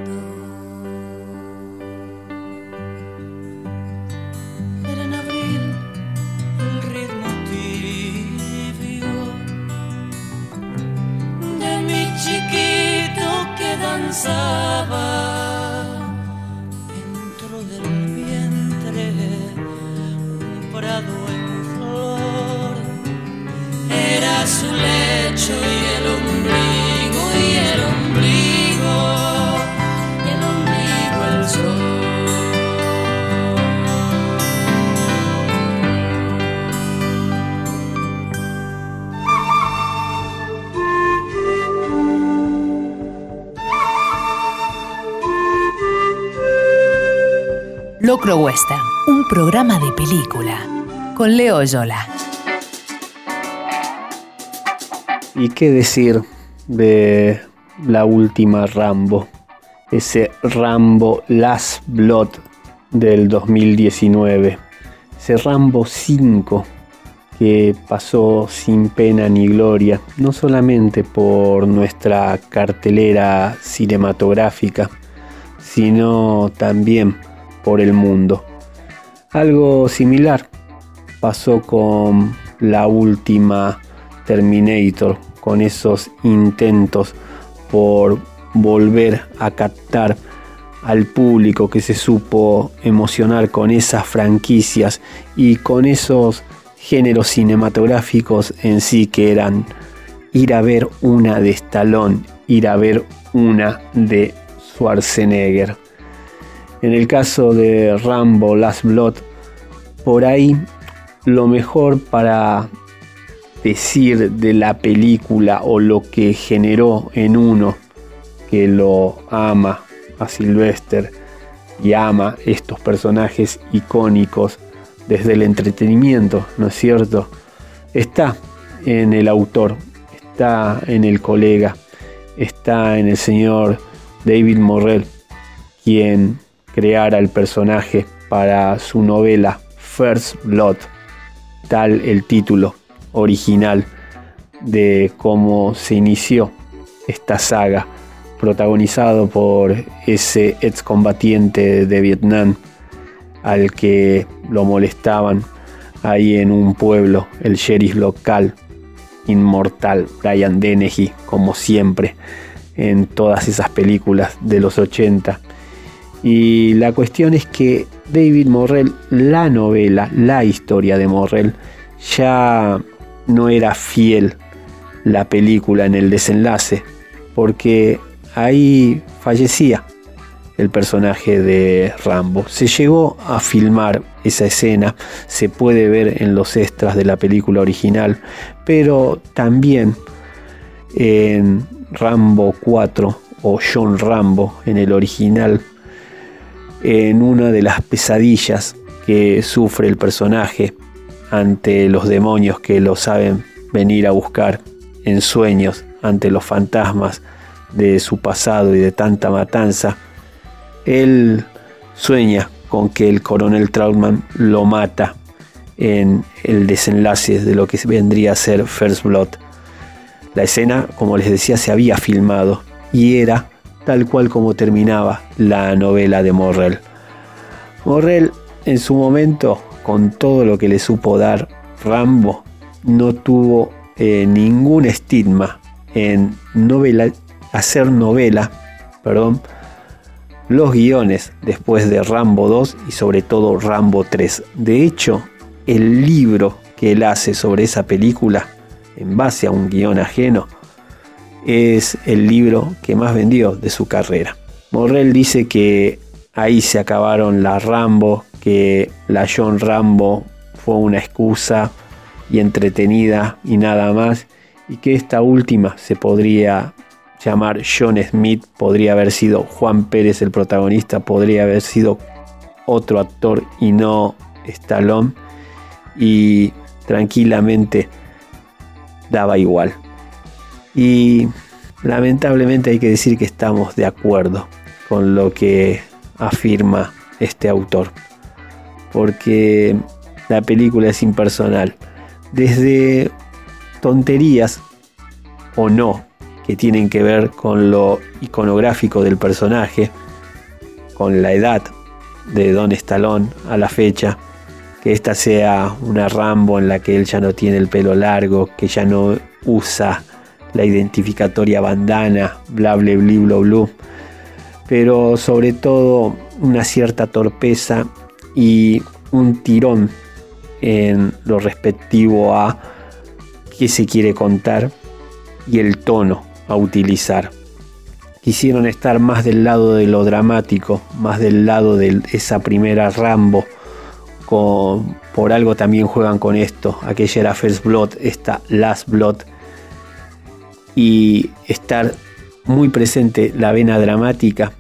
dos. Era en abril el ritmo tibio de mi chiquito que danzaba dentro del prado en flor. Era su lecho y el ombligo, y el ombligo, y el ombligo el sol. Locro Western, un programa de película con Leo Yola. ¿Y qué decir de la última Rambo? Ese Rambo Last Blood del 2019. Ese Rambo 5 que pasó sin pena ni gloria, no solamente por nuestra cartelera cinematográfica, sino también por el mundo. Algo similar pasó con la última Terminator, con esos intentos por volver a captar al público que se supo emocionar con esas franquicias y con esos géneros cinematográficos en sí, que eran ir a ver una de Stallone, ir a ver una de Schwarzenegger. En el caso de Rambo Last Blood, por ahí lo mejor para decir de la película o lo que generó en uno que lo ama a Sylvester y ama estos personajes icónicos desde el entretenimiento, ¿no es cierto? Está en el autor, está en el colega, está en el señor David Morrell, quien creara el personaje para su novela First Blood, tal el título original de cómo se inició esta saga, protagonizado por ese excombatiente de Vietnam al que lo molestaban ahí en un pueblo, el sheriff local, inmortal Brian Dennehy, como siempre en todas esas películas de los 80. Y la cuestión es que David Morrell, la novela, la historia de Morrell, ya no era fiel la película en el desenlace, porque ahí fallecía el personaje de Rambo. Se llegó a filmar esa escena, se puede ver en los extras de la película original, pero también en Rambo 4 o John Rambo en el original, en una de las pesadillas que sufre el personaje ante los demonios que lo saben venir a buscar en sueños, ante los fantasmas de su pasado y de tanta matanza, él sueña con que el coronel Trautman lo mata en el desenlace de lo que vendría a ser First Blood. La escena, como les decía, se había filmado y era tal cual como terminaba la novela de Morrell. Morrell, en su momento, con todo lo que le supo dar Rambo, no tuvo ningún estigma en hacer novela, los guiones después de Rambo 2 y sobre todo Rambo 3. De hecho, el libro que él hace sobre esa película, en base a un guión ajeno, es el libro que más vendió de su carrera. Morrell dice que ahí se acabaron las Rambo, que la John Rambo fue una excusa y entretenida y nada más, y que esta última se podría llamar John Smith, podría haber sido Juan Pérez el protagonista, podría haber sido otro actor y no Stallone, y tranquilamente daba igual. Y lamentablemente hay que decir que estamos de acuerdo con lo que afirma este autor, porque la película es impersonal, desde tonterías o no que tienen que ver con lo iconográfico del personaje, con la edad de Don Stallone a la fecha, que esta sea una Rambo en la que él ya no tiene el pelo largo, que ya no usa la identificatoria bandana, bla bla bla bla bla, pero sobre todo una cierta torpeza y un tirón en lo respectivo a qué se quiere contar y el tono a utilizar. Quisieron estar más del lado de lo dramático, más del lado de esa primera Rambo. Por algo también juegan con esto. Aquella era First Blood, esta Last Blood. Y estar muy presente la vena dramática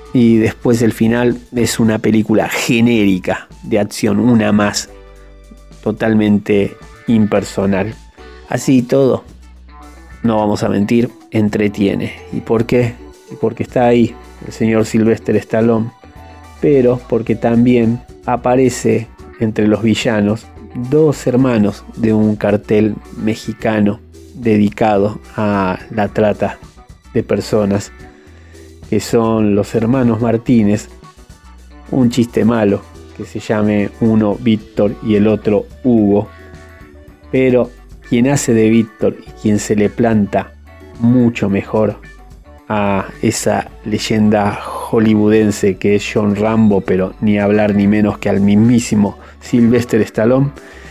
y después el final es una película genérica de acción, una más, totalmente impersonal. Así todo, no vamos a mentir, entretiene. ¿Y por qué? Porque está ahí el señor Sylvester Stallone, pero porque también aparece entre los villanos dos hermanos de un cartel mexicano dedicado a la trata de personas, que son los hermanos Martínez. Un chiste malo que se llame uno Víctor y el otro Hugo, pero quien hace de Víctor y quien se le planta mucho mejor a esa leyenda hollywoodense que es John Rambo, pero ni hablar ni menos que al mismísimo Sylvester Stallone,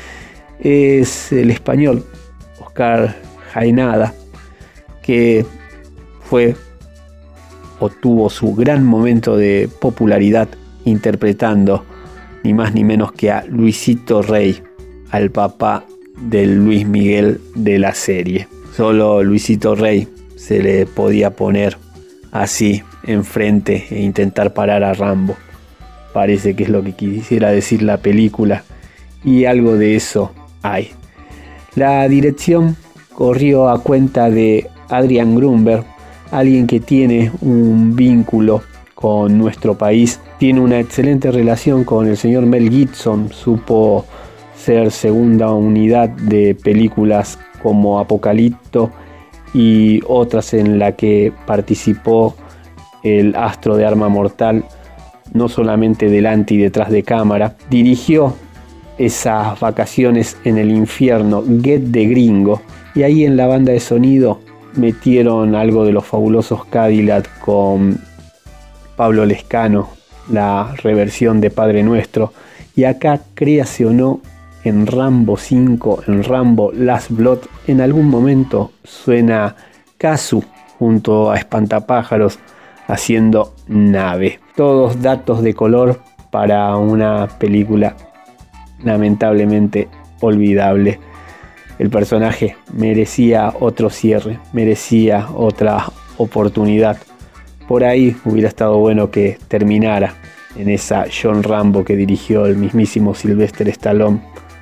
es el español Oscar Jaenada, que fue o tuvo su gran momento de popularidad interpretando ni más ni menos que a Luisito Rey, al papá del Luis Miguel de la serie. Solo Luisito Rey se le podía poner así enfrente e intentar parar a Rambo. Parece que es lo que quisiera decir la película, y algo de eso hay. La dirección corrió a cuenta de Adrian Grunberg, alguien que tiene un vínculo con nuestro país, tiene una excelente relación con el señor Mel Gibson, supo ser segunda unidad de películas como Apocalipto y otras en la que participó el astro de Arma Mortal, no solamente delante y detrás de cámara. Dirigió esas Vacaciones en el Infierno, Get de Gringo, y ahí en la banda de sonido metieron algo de los Fabulosos Cadillac con Pablo Lescano, la reversión de Padre Nuestro, y acá creacionó en Rambo 5, en Rambo Last Blood, en algún momento suena Kazu junto a Espantapájaros haciendo Nave. Todos datos de color para una película lamentablemente olvidable. El personaje merecía otro cierre, merecía otra oportunidad. Por ahí hubiera estado bueno que terminara en esa John Rambo que dirigió el mismísimo Sylvester Stallone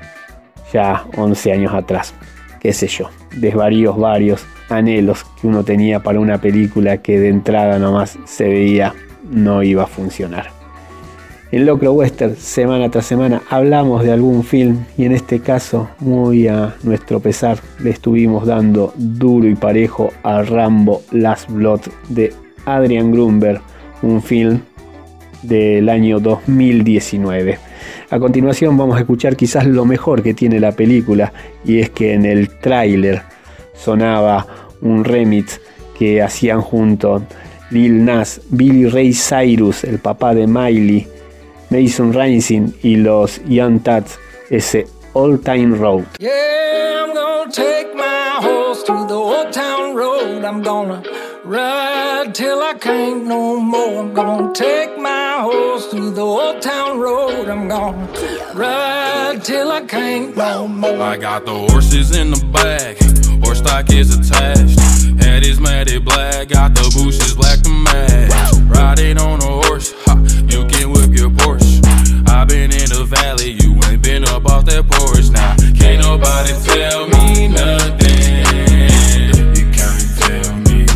ya 11 años atrás. Qué sé yo, desvaríos varios, anhelos que uno tenía para una película que de entrada nomás se veía no iba a funcionar. En Locro Western, semana tras semana, hablamos de algún film, y en este caso, muy a nuestro pesar, le estuvimos dando duro y parejo a Rambo Last Blood de Adrian Grunberg, un film del año 2019. A continuación vamos a escuchar quizás lo mejor que tiene la película, y es que en el tráiler sonaba un remix que hacían juntos Lil Nas, Billy Ray Cyrus, el papá de Miley, Mason Rising y los Young Tats, ese Old Town Road. Yeah, I'm gonna take my horse to the old town road. I'm gonna ride till I can't no more. I'm gonna take my horse to the old town road. I'm gonna ride till I can't no more. I got the horses in the back, horse stock is attached. Head is matted black, got the bushes black to match. Riding on a horse, ha, you can whip your Porsche. I've been in the valley, you ain't been up off that porch. Now, can't nobody tell me nothing. You can't tell me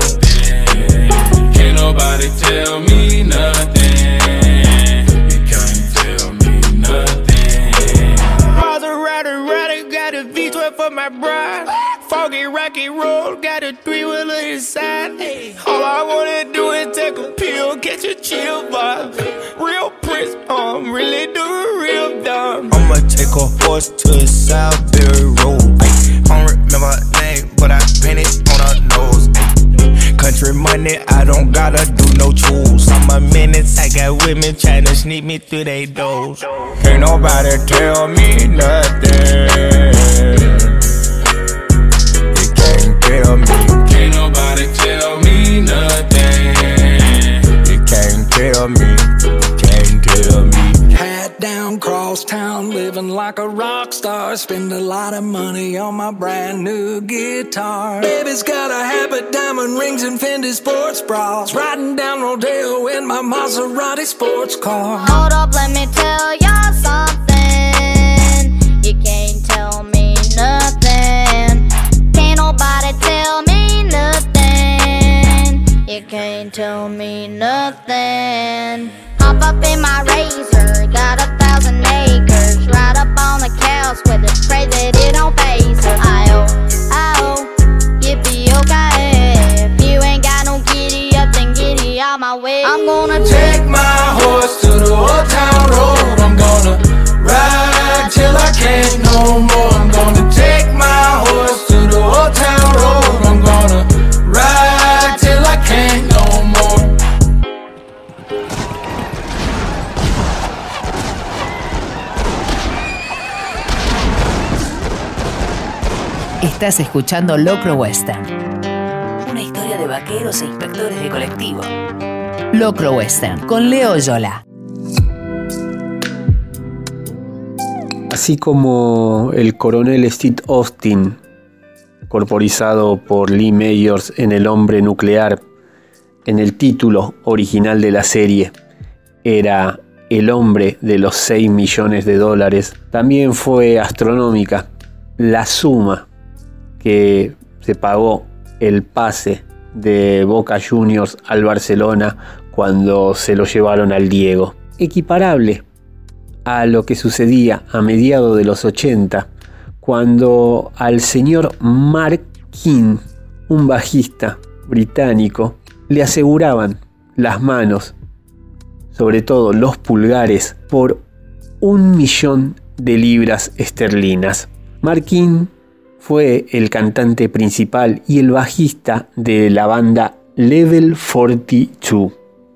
nothing. Can't nobody tell me nothing. You can't tell me nothing. Rider, got a V12 for my bride. Foggy, rocky road, got a three-wheeler inside. All I wanna do is take a pill, catch a chill vibe. Real Prince, really do a real dumb. I'ma take a horse to Southbury Road. I don't remember her name, but I painted on her nose. Country money, I don't gotta do no tools. On my minutes, I got women tryna sneak me through they doors. Can't nobody tell me nothing. Tell me. Can't nobody tell me nothing. You can't tell me, can't tell me. Hat down, cross town, living like a rock star. car, spend a lot of money on my brand new guitar. Baby's got a habit, diamond rings and Fendi sports bras. Riding down Rodeo in my Maserati sports car. Hold up, let me tell ya something. You can't tell me nothing. Can't nobody tell me nothing. You can't tell me nothing. Hop up in my Razor, got 1,000 acres. Ride up on the couch with it, pray that it don't phase her. I-oh, yippee-okay. If you ain't got no giddy up, then giddy out my way. I'm gonna take my horse to the old town road. I'm gonna ride till I can't no more. I'm gonna take my horse to the old town road. I'm gonna ride till I can't no more. Estás escuchando Locro Western, una historia de vaqueros e inspectores de colectivo. Locro Western, con Leo Yola. Así como el coronel Steve Austin, corporizado por Lee Mayors en El hombre nuclear, en el título original de la serie era El hombre de los 6 millones de dólares, también fue astronómica la suma que se pagó el pase de Boca Juniors al Barcelona cuando se lo llevaron al Diego. Equiparable a lo que sucedía a mediados de los 80, cuando al señor Mark King, un bajista británico, le aseguraban las manos, sobre todo los pulgares, por 1 millón de libras esterlinas. Mark King fue el cantante principal y el bajista de la banda Level 42,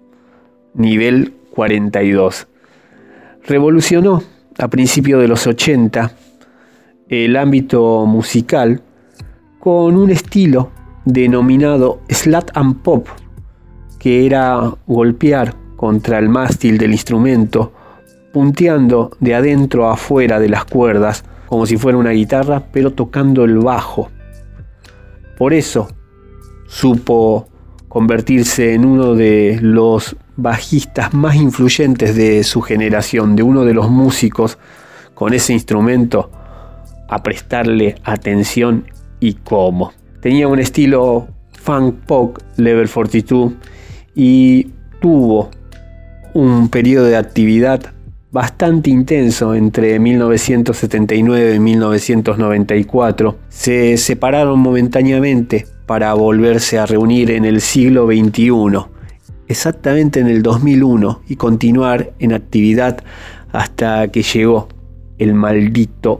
nivel 42. Revolucionó a principios de los 80 el ámbito musical con un estilo denominado Slat and Pop, que era golpear contra el mástil del instrumento, punteando de adentro a afuera de las cuerdas, como si fuera una guitarra, pero tocando el bajo. Por eso supo convertirse en uno de los bajistas más influyentes de su generación, de uno de los músicos con ese instrumento a prestarle atención y cómo. Tenía un estilo funk pop, Level 42, y tuvo un periodo de actividad bastante intenso entre 1979 y 1994. Se separaron momentáneamente para volverse a reunir en el siglo XXI, exactamente en el 2001, y continuar en actividad hasta que llegó el maldito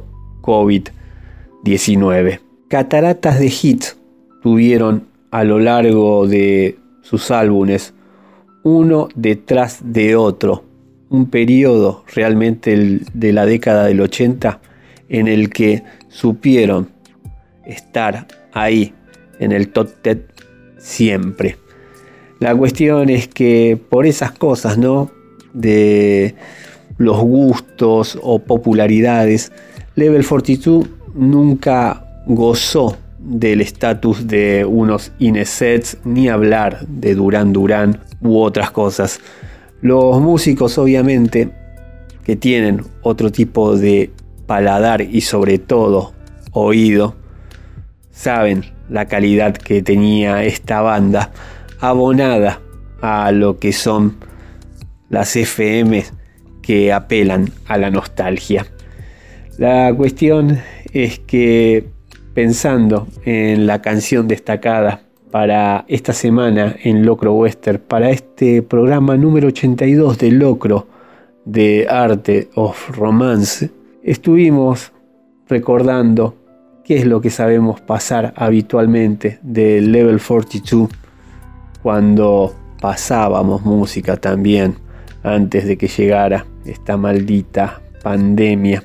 COVID-19. Cataratas de hits tuvieron a lo largo de sus álbumes, uno detrás de otro, un periodo realmente de la década del 80 en el que supieron estar ahí en el top 10 siempre. La cuestión es que por esas cosas, ¿no?, de los gustos o popularidades, Level 42 nunca gozó del estatus de unos Inesets, ni hablar de Duran Duran u otras cosas. Los músicos, obviamente, que tienen otro tipo de paladar y sobre todo oído, saben la calidad que tenía esta banda, abonada a lo que son las FM que apelan a la nostalgia. La cuestión es que, pensando en la canción destacada para esta semana en Locro Western, para este programa número 82 de Locro, de Art of Romance, estuvimos recordando qué es lo que sabemos pasar habitualmente de Level 42 cuando pasábamos música también antes de que llegara esta maldita pandemia.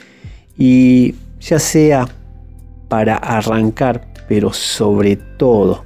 Y ya sea para arrancar, pero sobre todo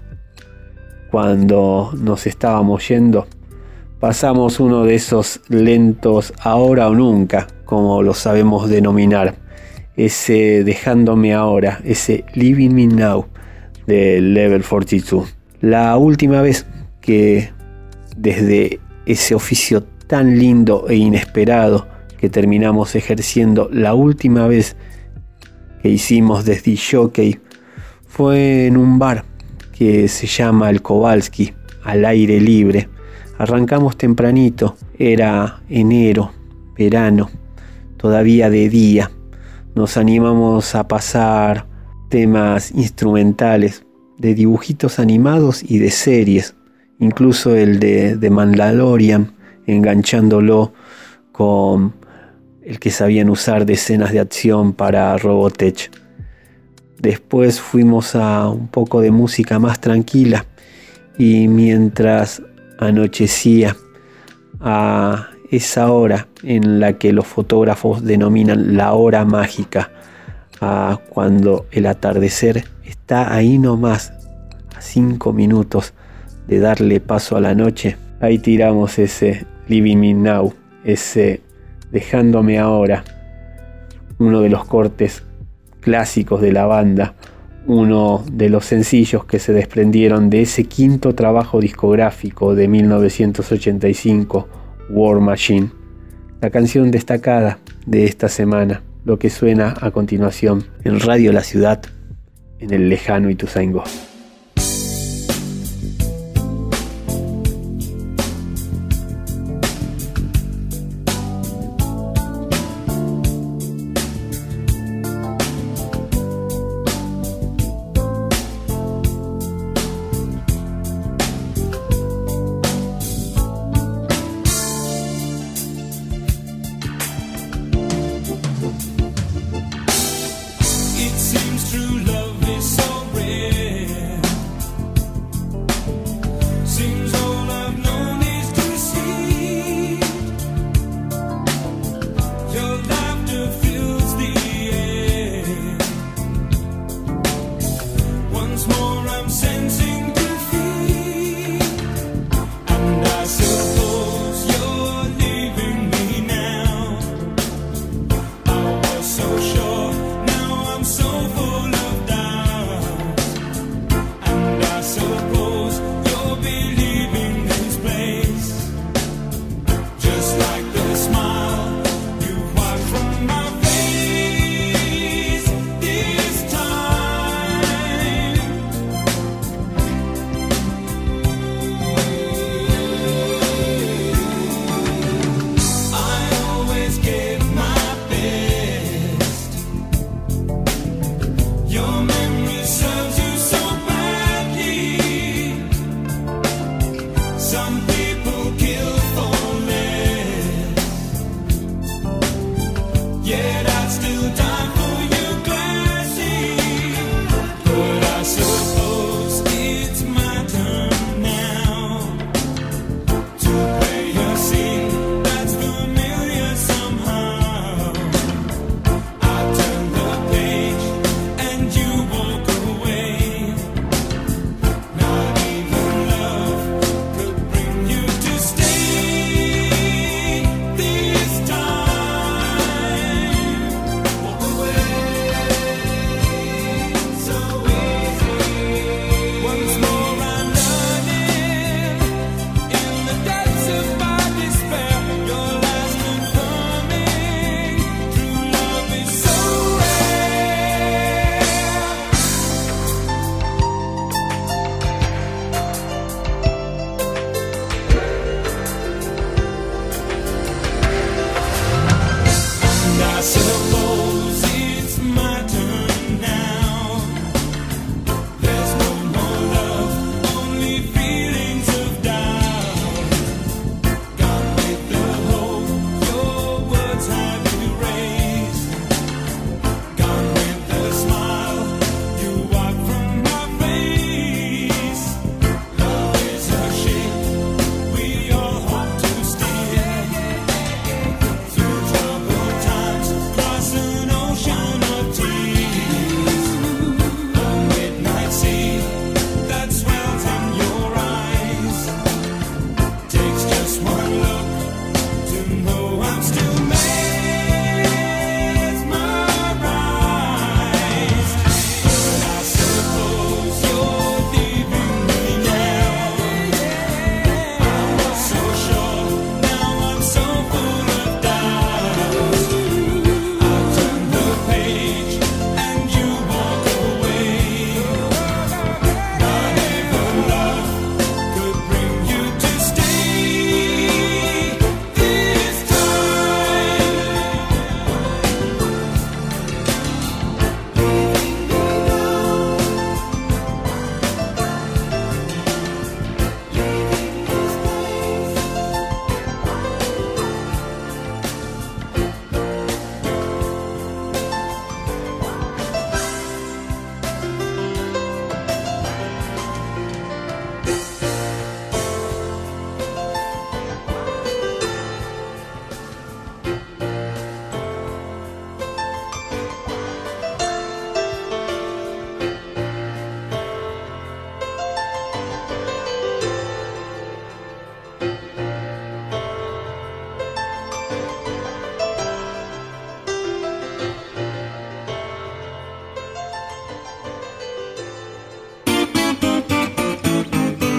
cuando nos estábamos yendo, pasamos uno de esos lentos ahora o nunca, como lo sabemos denominar, ese Dejándome Ahora, ese Leaving Me Now de Level 42. La última vez que desde ese oficio tan lindo e inesperado que terminamos ejerciendo, la última vez que hicimos de disc jockey fue en un bar que se llama El Kowalski, al aire libre. Arrancamos tempranito, era enero, verano, todavía de día. Nos animamos a pasar temas instrumentales de dibujitos animados y de series, incluso el de Mandalorian, enganchándolo con el que sabían usar de escenas de acción para Robotech. Después fuimos a un poco de música más tranquila y mientras anochecía, a esa hora en la que los fotógrafos denominan la hora mágica, a cuando el atardecer está ahí nomás, a 5 minutos de darle paso a la noche, ahí tiramos ese Leaving Me Now, ese Dejándome Ahora, uno de los cortes clásicos de la banda, uno de los sencillos que se desprendieron de ese quinto trabajo discográfico de 1985, War Machine. La canción destacada de esta semana, lo que suena a continuación en Radio La Ciudad, en el lejano Ituzaingó. It seems true love is so rare.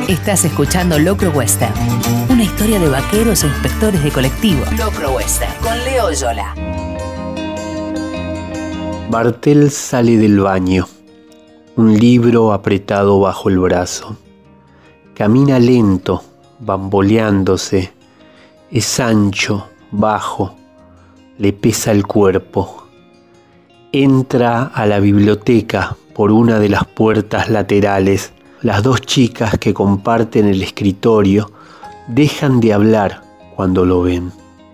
Estás escuchando Locro Western, una historia de vaqueros e inspectores de colectivo. Locro Western, con Leo Yola. Bartel sale del baño, un libro apretado bajo el brazo. Camina lento, bamboleándose. Es ancho, bajo, le pesa el cuerpo. Entra a la biblioteca por una de las puertas laterales. Las dos chicas que comparten el escritorio dejan de hablar cuando lo ven.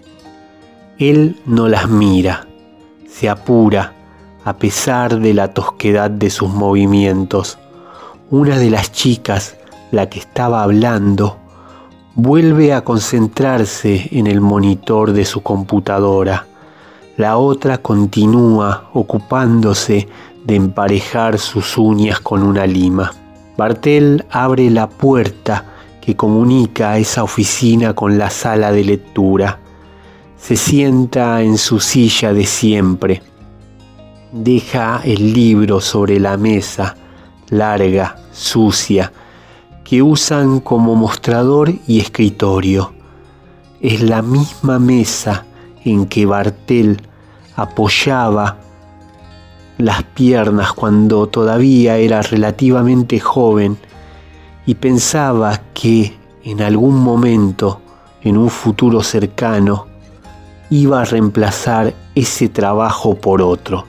Él no las mira, se apura a pesar de la tosquedad de sus movimientos. Una de las chicas, la que estaba hablando, vuelve a concentrarse en el monitor de su computadora. La otra continúa ocupándose de emparejar sus uñas con una lima. Bartel abre la puerta que comunica esa oficina con la sala de lectura. Se sienta en su silla de siempre. Deja el libro sobre la mesa, larga, sucia, que usan como mostrador y escritorio. Es la misma mesa en que Bartel apoyaba las piernas cuando todavía era relativamente joven y pensaba que en algún momento, en un futuro cercano, iba a reemplazar ese trabajo por otro.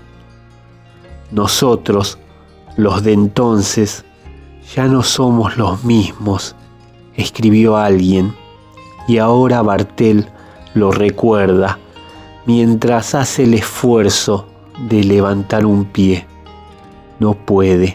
Nosotros, los de entonces, ya no somos los mismos, escribió alguien, y ahora Bartel lo recuerda mientras hace el esfuerzo de levantar un pie. No puede.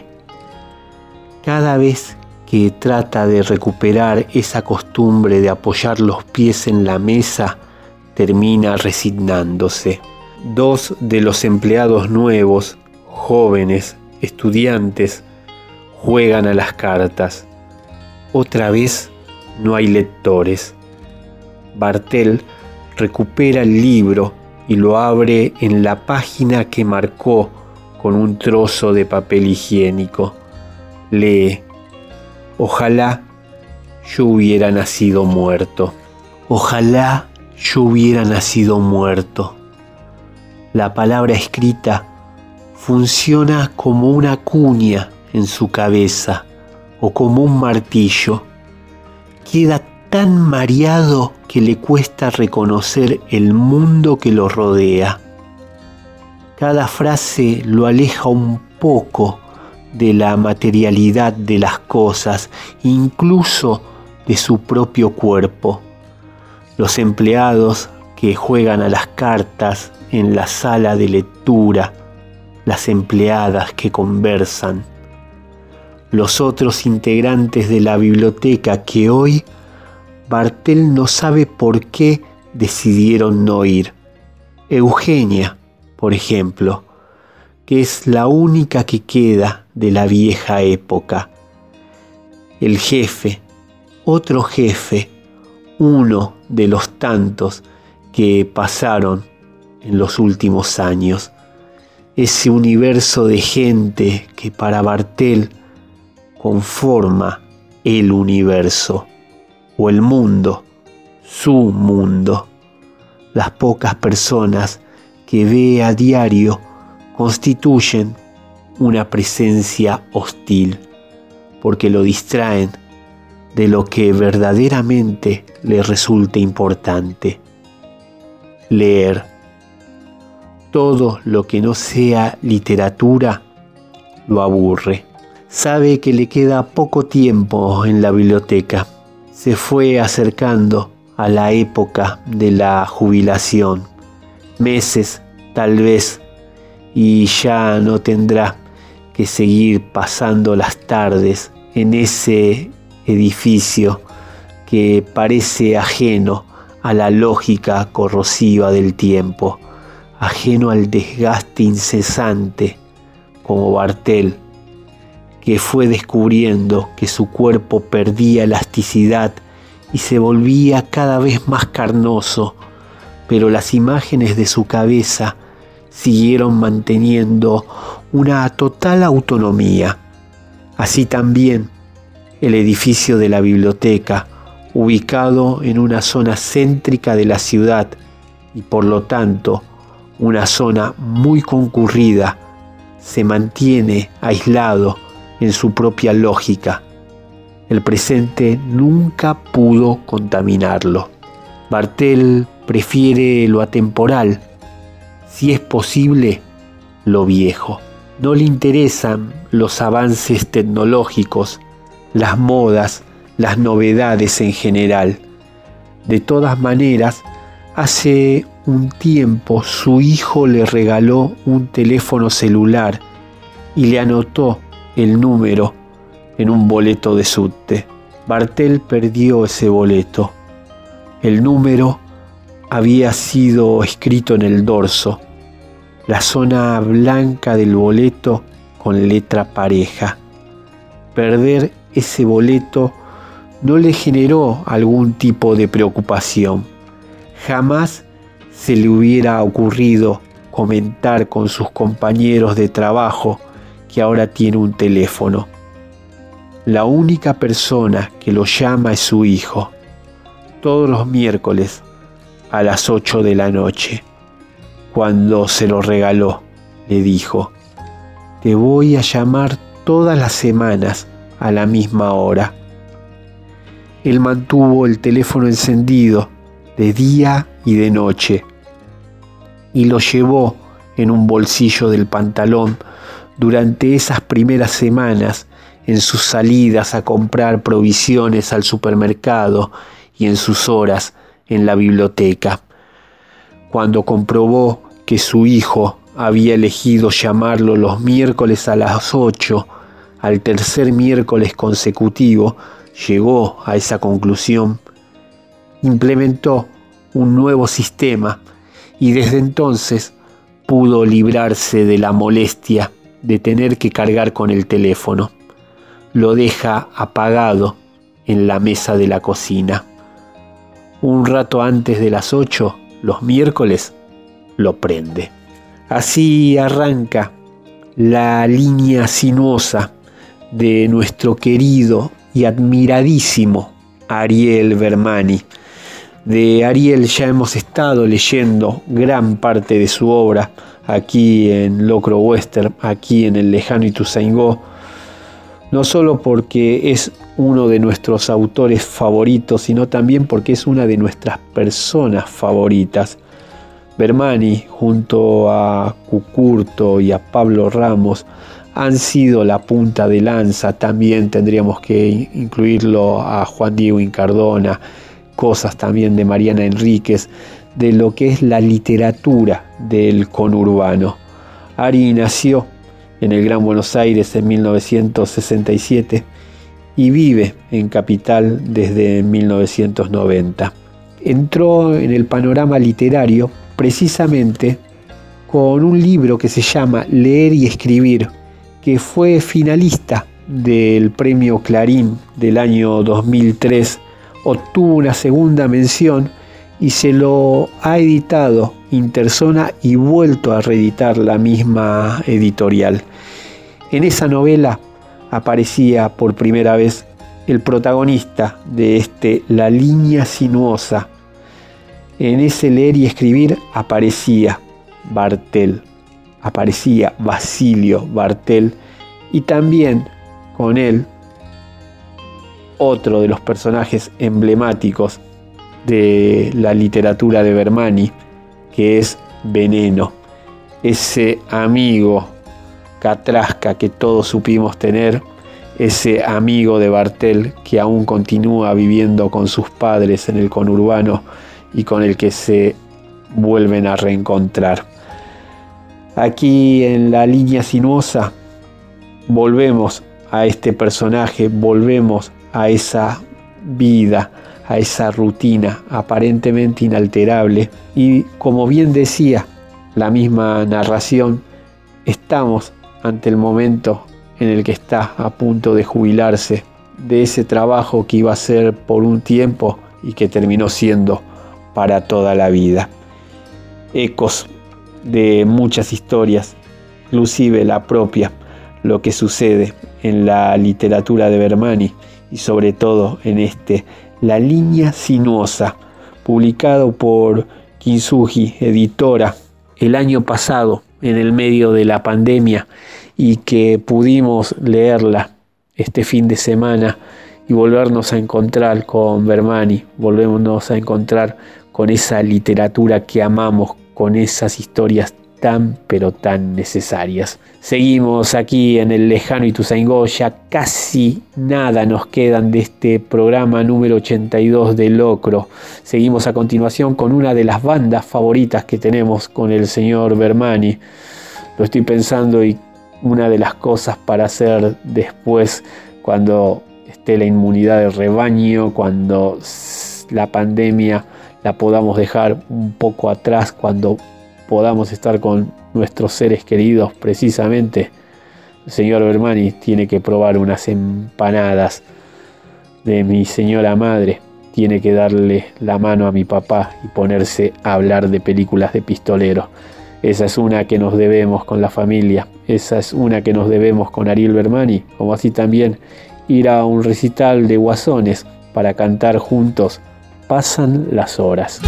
Cada vez que trata de recuperar esa costumbre de apoyar los pies en la mesa, termina resignándose. Dos de los empleados nuevos, jóvenes, estudiantes, juegan a las cartas. Otra vez no hay lectores. Bartel recupera el libro y lo abre en la página que marcó con un trozo de papel higiénico. Lee: ojalá yo hubiera nacido muerto. Ojalá yo hubiera nacido muerto. La palabra escrita funciona como una cuña en su cabeza o como un martillo. Queda tan mareado que le cuesta reconocer el mundo que lo rodea. Cada frase lo aleja un poco de la materialidad de las cosas, incluso de su propio cuerpo. Los empleados que juegan a las cartas en la sala de lectura, las empleadas que conversan, los otros integrantes de la biblioteca que hoy Bartel no sabe por qué decidieron no ir. Eugenia, por ejemplo, que es la única que queda de la vieja época. El jefe, otro jefe, uno de los tantos que pasaron en los últimos años. Ese universo de gente que para Bartel conforma el universo. O el mundo, su mundo. Las pocas personas que ve a diario constituyen una presencia hostil, porque lo distraen de lo que verdaderamente le resulta importante: leer. Todo lo que no sea literatura lo aburre. Sabe que le queda poco tiempo en la biblioteca. Se fue acercando a la época de la jubilación. Meses, tal vez, y ya no tendrá que seguir pasando las tardes en ese edificio que parece ajeno a la lógica corrosiva del tiempo, ajeno al desgaste incesante, como Bartel, que fue descubriendo que su cuerpo perdía elasticidad y se volvía cada vez más carnoso, pero las imágenes de su cabeza siguieron manteniendo una total autonomía. Así también el edificio de la biblioteca, ubicado en una zona céntrica de la ciudad y por lo tanto una zona muy concurrida, se mantiene aislado en su propia lógica. El presente nunca pudo contaminarlo. Bartel prefiere lo atemporal, si es posible, lo viejo. No le interesan los avances tecnológicos, las modas, las novedades en general. De todas maneras, hace un tiempo su hijo le regaló un teléfono celular y le anotó el número en un boleto de subte. Bartel perdió ese boleto. El número había sido escrito en el dorso, la zona blanca del boleto con letra pareja. Perder ese boleto no le generó algún tipo de preocupación. Jamás se le hubiera ocurrido comentar con sus compañeros de trabajo que ahora tiene un teléfono. La única persona que lo llama es su hijo, todos los miércoles a las 8 de la noche. Cuando se lo regaló, le dijo: te voy a llamar todas las semanas a la misma hora. Él mantuvo el teléfono encendido de día y de noche y lo llevó en un bolsillo del pantalón durante esas primeras semanas en sus salidas a comprar provisiones al supermercado y en sus horas en la biblioteca. Cuando comprobó que su hijo había elegido llamarlo los miércoles a las 8, al tercer miércoles consecutivo, llegó a esa conclusión. Implementó un nuevo sistema y desde entonces pudo librarse de la molestia de tener que cargar con el teléfono. Lo deja apagado en la mesa de la cocina. Un rato antes de las 8, los miércoles, lo prende. Así arranca la línea sinuosa de nuestro querido y admiradísimo Ariel Vermani. De Ariel ya hemos estado leyendo gran parte de su obra aquí en Locro Western, aquí en el lejano Ituzaingó, no solo porque es uno de nuestros autores favoritos, sino también porque es una de nuestras personas favoritas. Vermani, junto a Cucurto y a Pablo Ramos, han sido la punta de lanza. También tendríamos que incluirlo a Juan Diego Incardona, cosas también de Mariana Enríquez, de lo que es la literatura del conurbano. Ari nació en el Gran Buenos Aires en 1967 y vive en Capital desde 1990. Entró en el panorama literario precisamente con un libro que se llama Leer y Escribir, que fue finalista del premio Clarín del año 2003, obtuvo una segunda mención y se lo ha editado Interzona y vuelto a reeditar la misma editorial. En esa novela aparecía por primera vez el protagonista de La línea sinuosa. En ese Leer y Escribir aparecía Bartel, aparecía Basilio Bartel, y también con él otro de los personajes emblemáticos de la literatura de Vermani, que es Veneno, ese amigo catrasca que todos supimos tener, ese amigo de Bartel que aún continúa viviendo con sus padres en el conurbano y con el que se vuelven a reencontrar. Aquí en La línea sinuosa volvemos a este personaje, volvemos a esa vida, a esa rutina aparentemente inalterable, y como bien decía la misma narración, estamos ante el momento en el que está a punto de jubilarse de ese trabajo que iba a ser por un tiempo y que terminó siendo para toda la vida. Ecos de muchas historias, inclusive la propia, lo que sucede en la literatura de Vermani y sobre todo en este La Línea Sinuosa, publicado por Kintsugi Editora el año pasado en el medio de la pandemia, y que pudimos leerla este fin de semana y volvernos a encontrar con Bermani, volvernos a encontrar con esa literatura que amamos, con esas historias tan pero tan necesarias. Seguimos aquí en el lejano Ituzaingó, ya casi nada nos quedan de este programa número 82 de Locro. Seguimos a continuación con una de las bandas favoritas que tenemos con el señor Bermani. Lo estoy pensando, y una de las cosas para hacer después, cuando esté la inmunidad de rebaño, cuando la pandemia la podamos dejar un poco atrás, cuando podamos estar con nuestros seres queridos, precisamente el señor Bermani tiene que probar unas empanadas de mi señora madre, tiene que darle la mano a mi papá y ponerse a hablar de películas de pistolero. Esa es una que nos debemos con la familia, esa es una que nos debemos con Ariel Bermani, como así también ir a un recital de Guasones para cantar juntos Pasan las horas.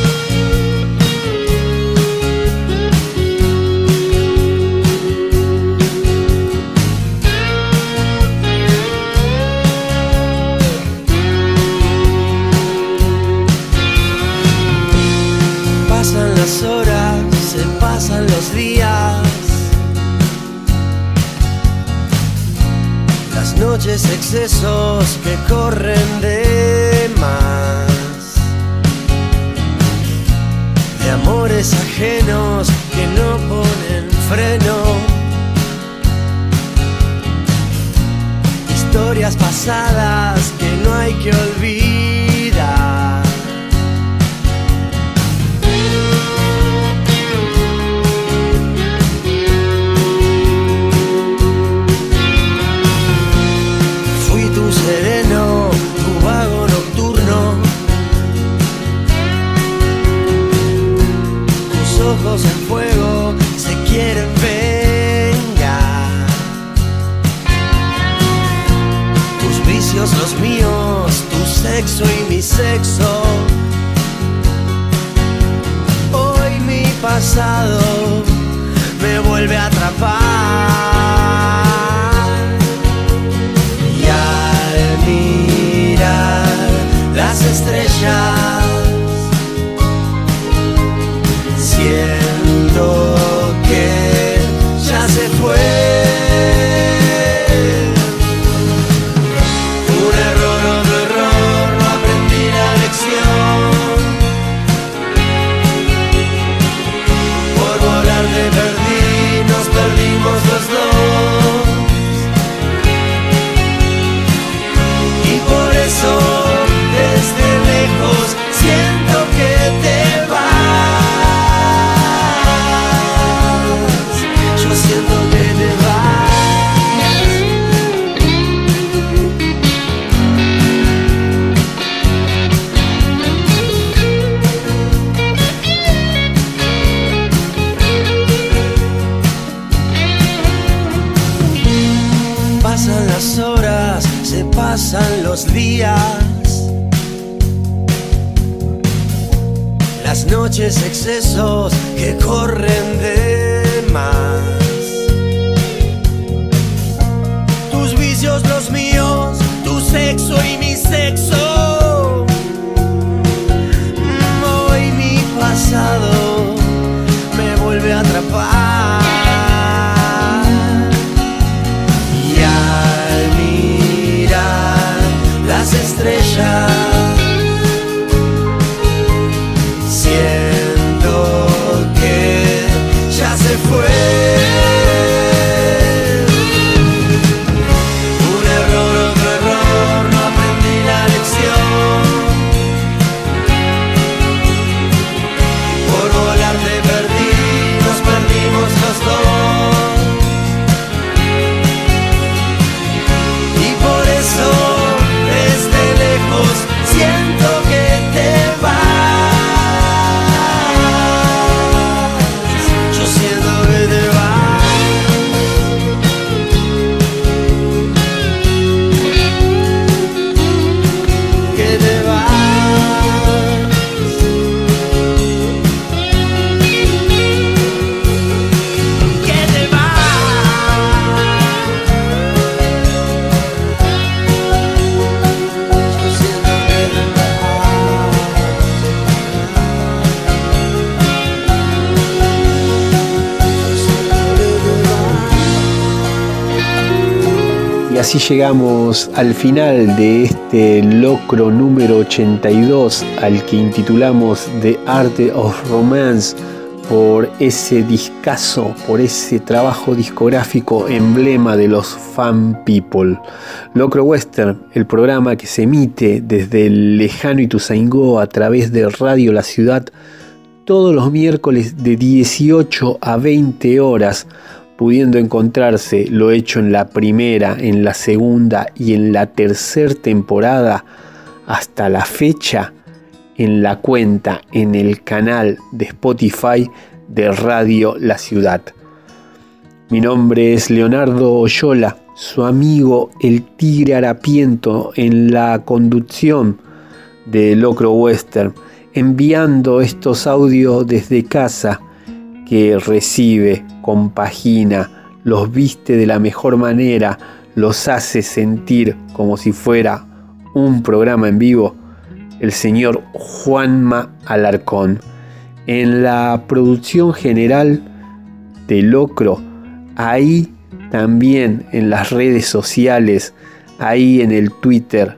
Pasan las horas, se pasan los días, las noches excesos que corren de más, de amores ajenos que no ponen freno, historias pasadas que no hay que olvidar. Sereno, tu vago nocturno, tus ojos en fuego se quieren vengar, tus vicios los míos, tu sexo y mi sexo. Hoy mi pasado me vuelve a atrapar. Las estrellas, siento que ya se fue. Un error, otro error, no aprendí la lección. Por volar te perdí, nos perdimos los dos. Y por eso desde lejos siento que te vas. Yo siento que te vas. Pasan las horas, se pasan los días, las noches excesos que corren de más, tus vicios los míos, tu sexo y mi sexo. Hoy mi pasado me vuelve a atrapar. Y al mirar las estrellas, siento que ya se fue. Un error, otro error, no aprendí la lección. Por volar te perdí, nos perdimos los dos. Y por eso desde lejos así llegamos al final de este locro número 82, al que intitulamos The Art of Romance, por ese discazo, por ese trabajo discográfico emblema de los Fan People. Locro Western, el programa que se emite desde el lejano Ituzaingó a través de Radio La Ciudad todos los miércoles de 18 a 20 horas, pudiendo encontrarse lo hecho en la primera, en la segunda y en la tercera temporada hasta la fecha en la cuenta, en el canal de Spotify de Radio La Ciudad. Mi nombre es Leonardo Oyola, su amigo el Tigre Harapiento, en la conducción de Locro Western, enviando estos audios desde casa, que recibe, compagina, los viste de la mejor manera, los hace sentir como si fuera un programa en vivo, el señor Juanma Alarcón. En la producción general de Locro, ahí también en las redes sociales, ahí en el Twitter,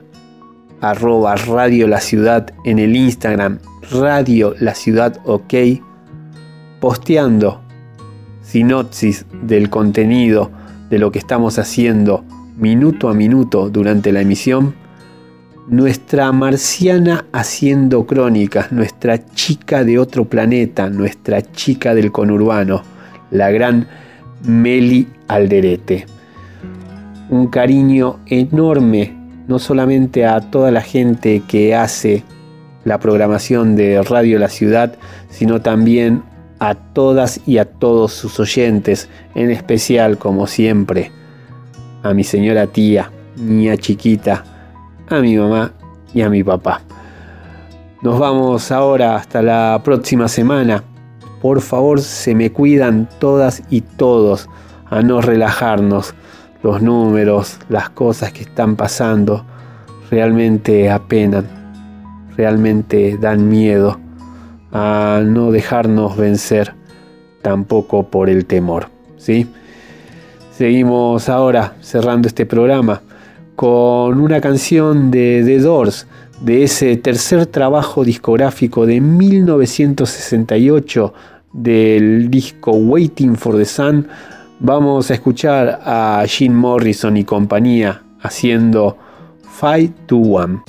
@Radio La Ciudad, en el Instagram, Radio La Ciudad OK, posteando sinopsis del contenido de lo que estamos haciendo minuto a minuto durante la emisión. Nuestra marciana haciendo crónicas, nuestra chica de otro planeta, nuestra chica del conurbano, la gran Meli Alderete. Un cariño enorme, no solamente a toda la gente que hace la programación de Radio La Ciudad, sino también a todas y a todos sus oyentes, en especial, como siempre, a mi señora tía, mía chiquita, a mi mamá y a mi papá. Nos vamos ahora hasta la próxima semana. Por favor, se me cuidan todas y todos, a no relajarnos. Los números, las cosas que están pasando, realmente apenan, realmente dan miedo, a no dejarnos vencer tampoco por el temor, ¿sí? Seguimos ahora cerrando este programa con una canción de The Doors, de ese tercer trabajo discográfico de 1968 del disco Waiting for the Sun. Vamos a escuchar a Jim Morrison y compañía haciendo 5-2-1.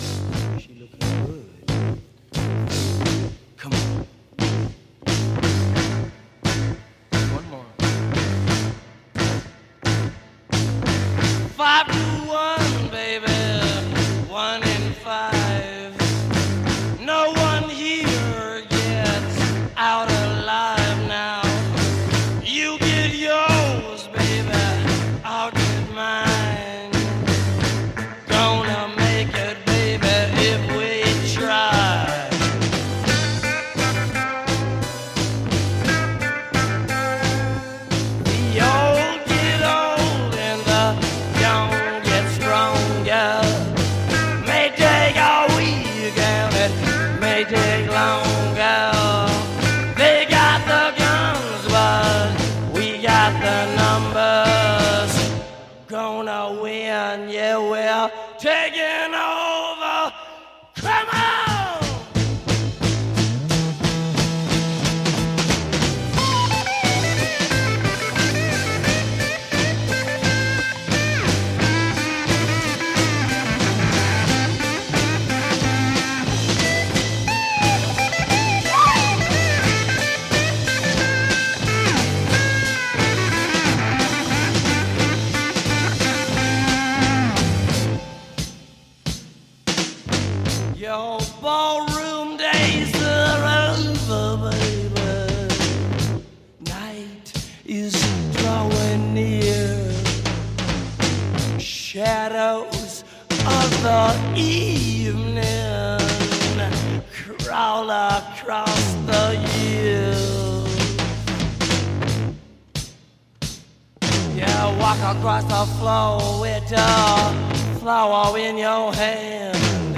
Across the floor with a flower in your hand,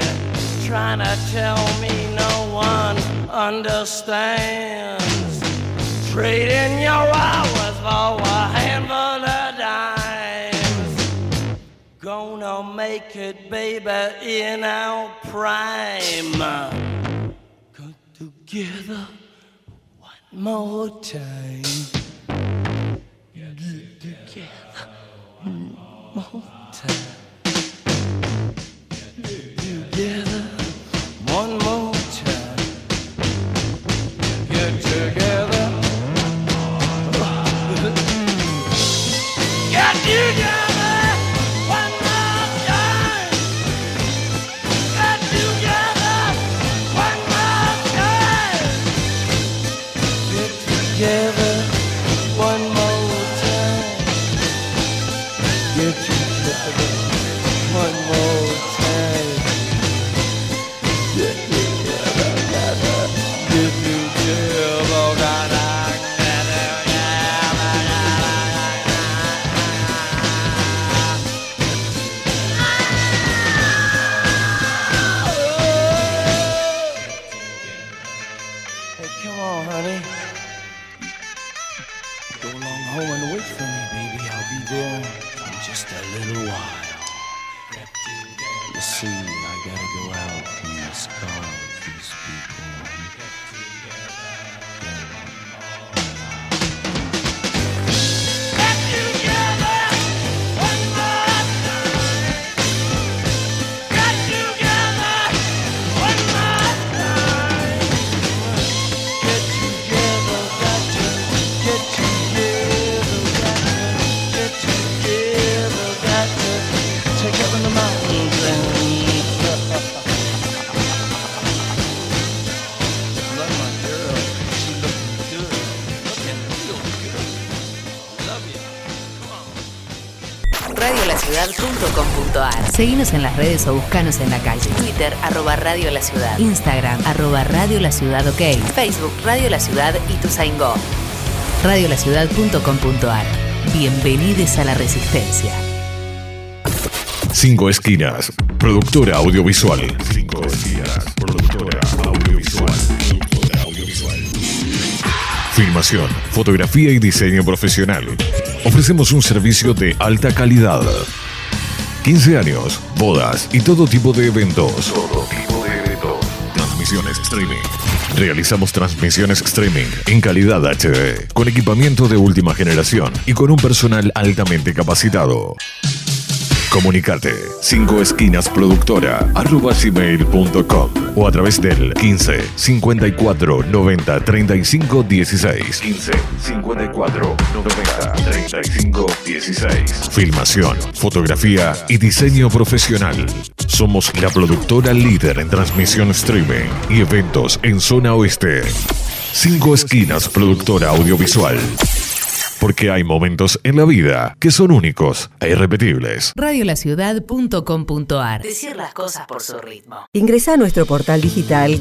trying to tell me no one understands. Trading your hours for a handful of dimes. gonna make it, baby, in our prime. Come together one more time. Get together one more time. Get together one more time. Get together. Get together. Together one more time. Get together one more time. Get together, get Hey, come on, honey. Go along home and wait for me, baby. I'll be there in just a little while. You see, I gotta go out in this car with these people. Get together one more time. Get together one more time. Get together, got to get together, got to take up in the mountains and love my girl. She looking good, looking real good. Love you. Radiolaciudad.com.ar. Seguinos en las redes o buscanos en la calle. Twitter, @Radio La Ciudad. Instagram, @Radio La Ciudad OK. Facebook, Radio La Ciudad y Tusaingó. Radiolaciudad.com.ar. Bienvenidos a la Resistencia. 5 Esquinas, productora audiovisual. 5 Esquinas, productora audiovisual. Filmación, fotografía y diseño profesional. Ofrecemos un servicio de alta calidad. 15 años, bodas y todo tipo de eventos. Transmisiones streaming. Realizamos transmisiones streaming en calidad HD, con equipamiento de última generación y con un personal altamente capacitado. Comunicate 5 esquinas productora @gmail.com o a través del 15 54 90 35 16. 15 54 90 35 16. Filmación, fotografía y diseño profesional. Somos la productora líder en transmisión streaming y eventos en zona oeste. 5 esquinas productora audiovisual. Porque hay momentos en la vida que son únicos e irrepetibles. Radiolaciudad.com.ar. Decir las cosas por su ritmo. Ingresá a nuestro portal digital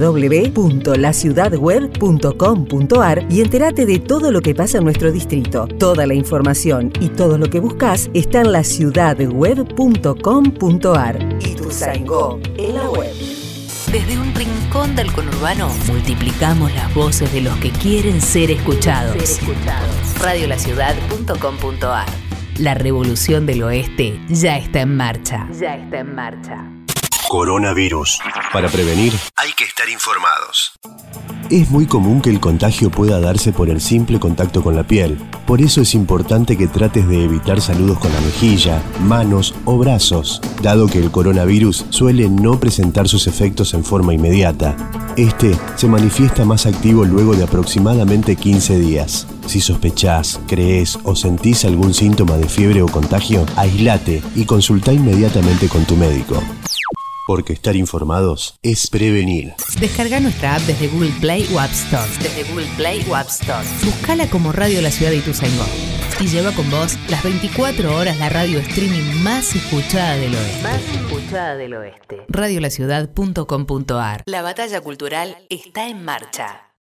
www.laciudadweb.com.ar y entérate de todo lo que pasa en nuestro distrito. Toda la información y todo lo que buscas está en laciudadweb.com.ar. Y Tusaingó en la web. Desde un rincón del conurbano, multiplicamos las voces de los que quieren ser escuchados. Radiolaciudad.com.ar. La revolución del oeste ya está en marcha. Coronavirus. Para prevenir, hay que estar informados. Es muy común que el contagio pueda darse por el simple contacto con la piel. Por eso es importante que trates de evitar saludos con la mejilla, manos o brazos, dado que el coronavirus suele no presentar sus efectos en forma inmediata. Este se manifiesta más activo luego de aproximadamente 15 días. Si sospechás, crees o sentís algún síntoma de fiebre o contagio, aislate y consultá inmediatamente con tu médico. Porque estar informados es prevenir. Descarga nuestra app desde Google Play o App Store. Buscala como Radio La Ciudad y Tusaingó. Y lleva con vos las 24 horas la radio streaming más escuchada del oeste. Radiolaciudad.com.ar. La batalla cultural está en marcha.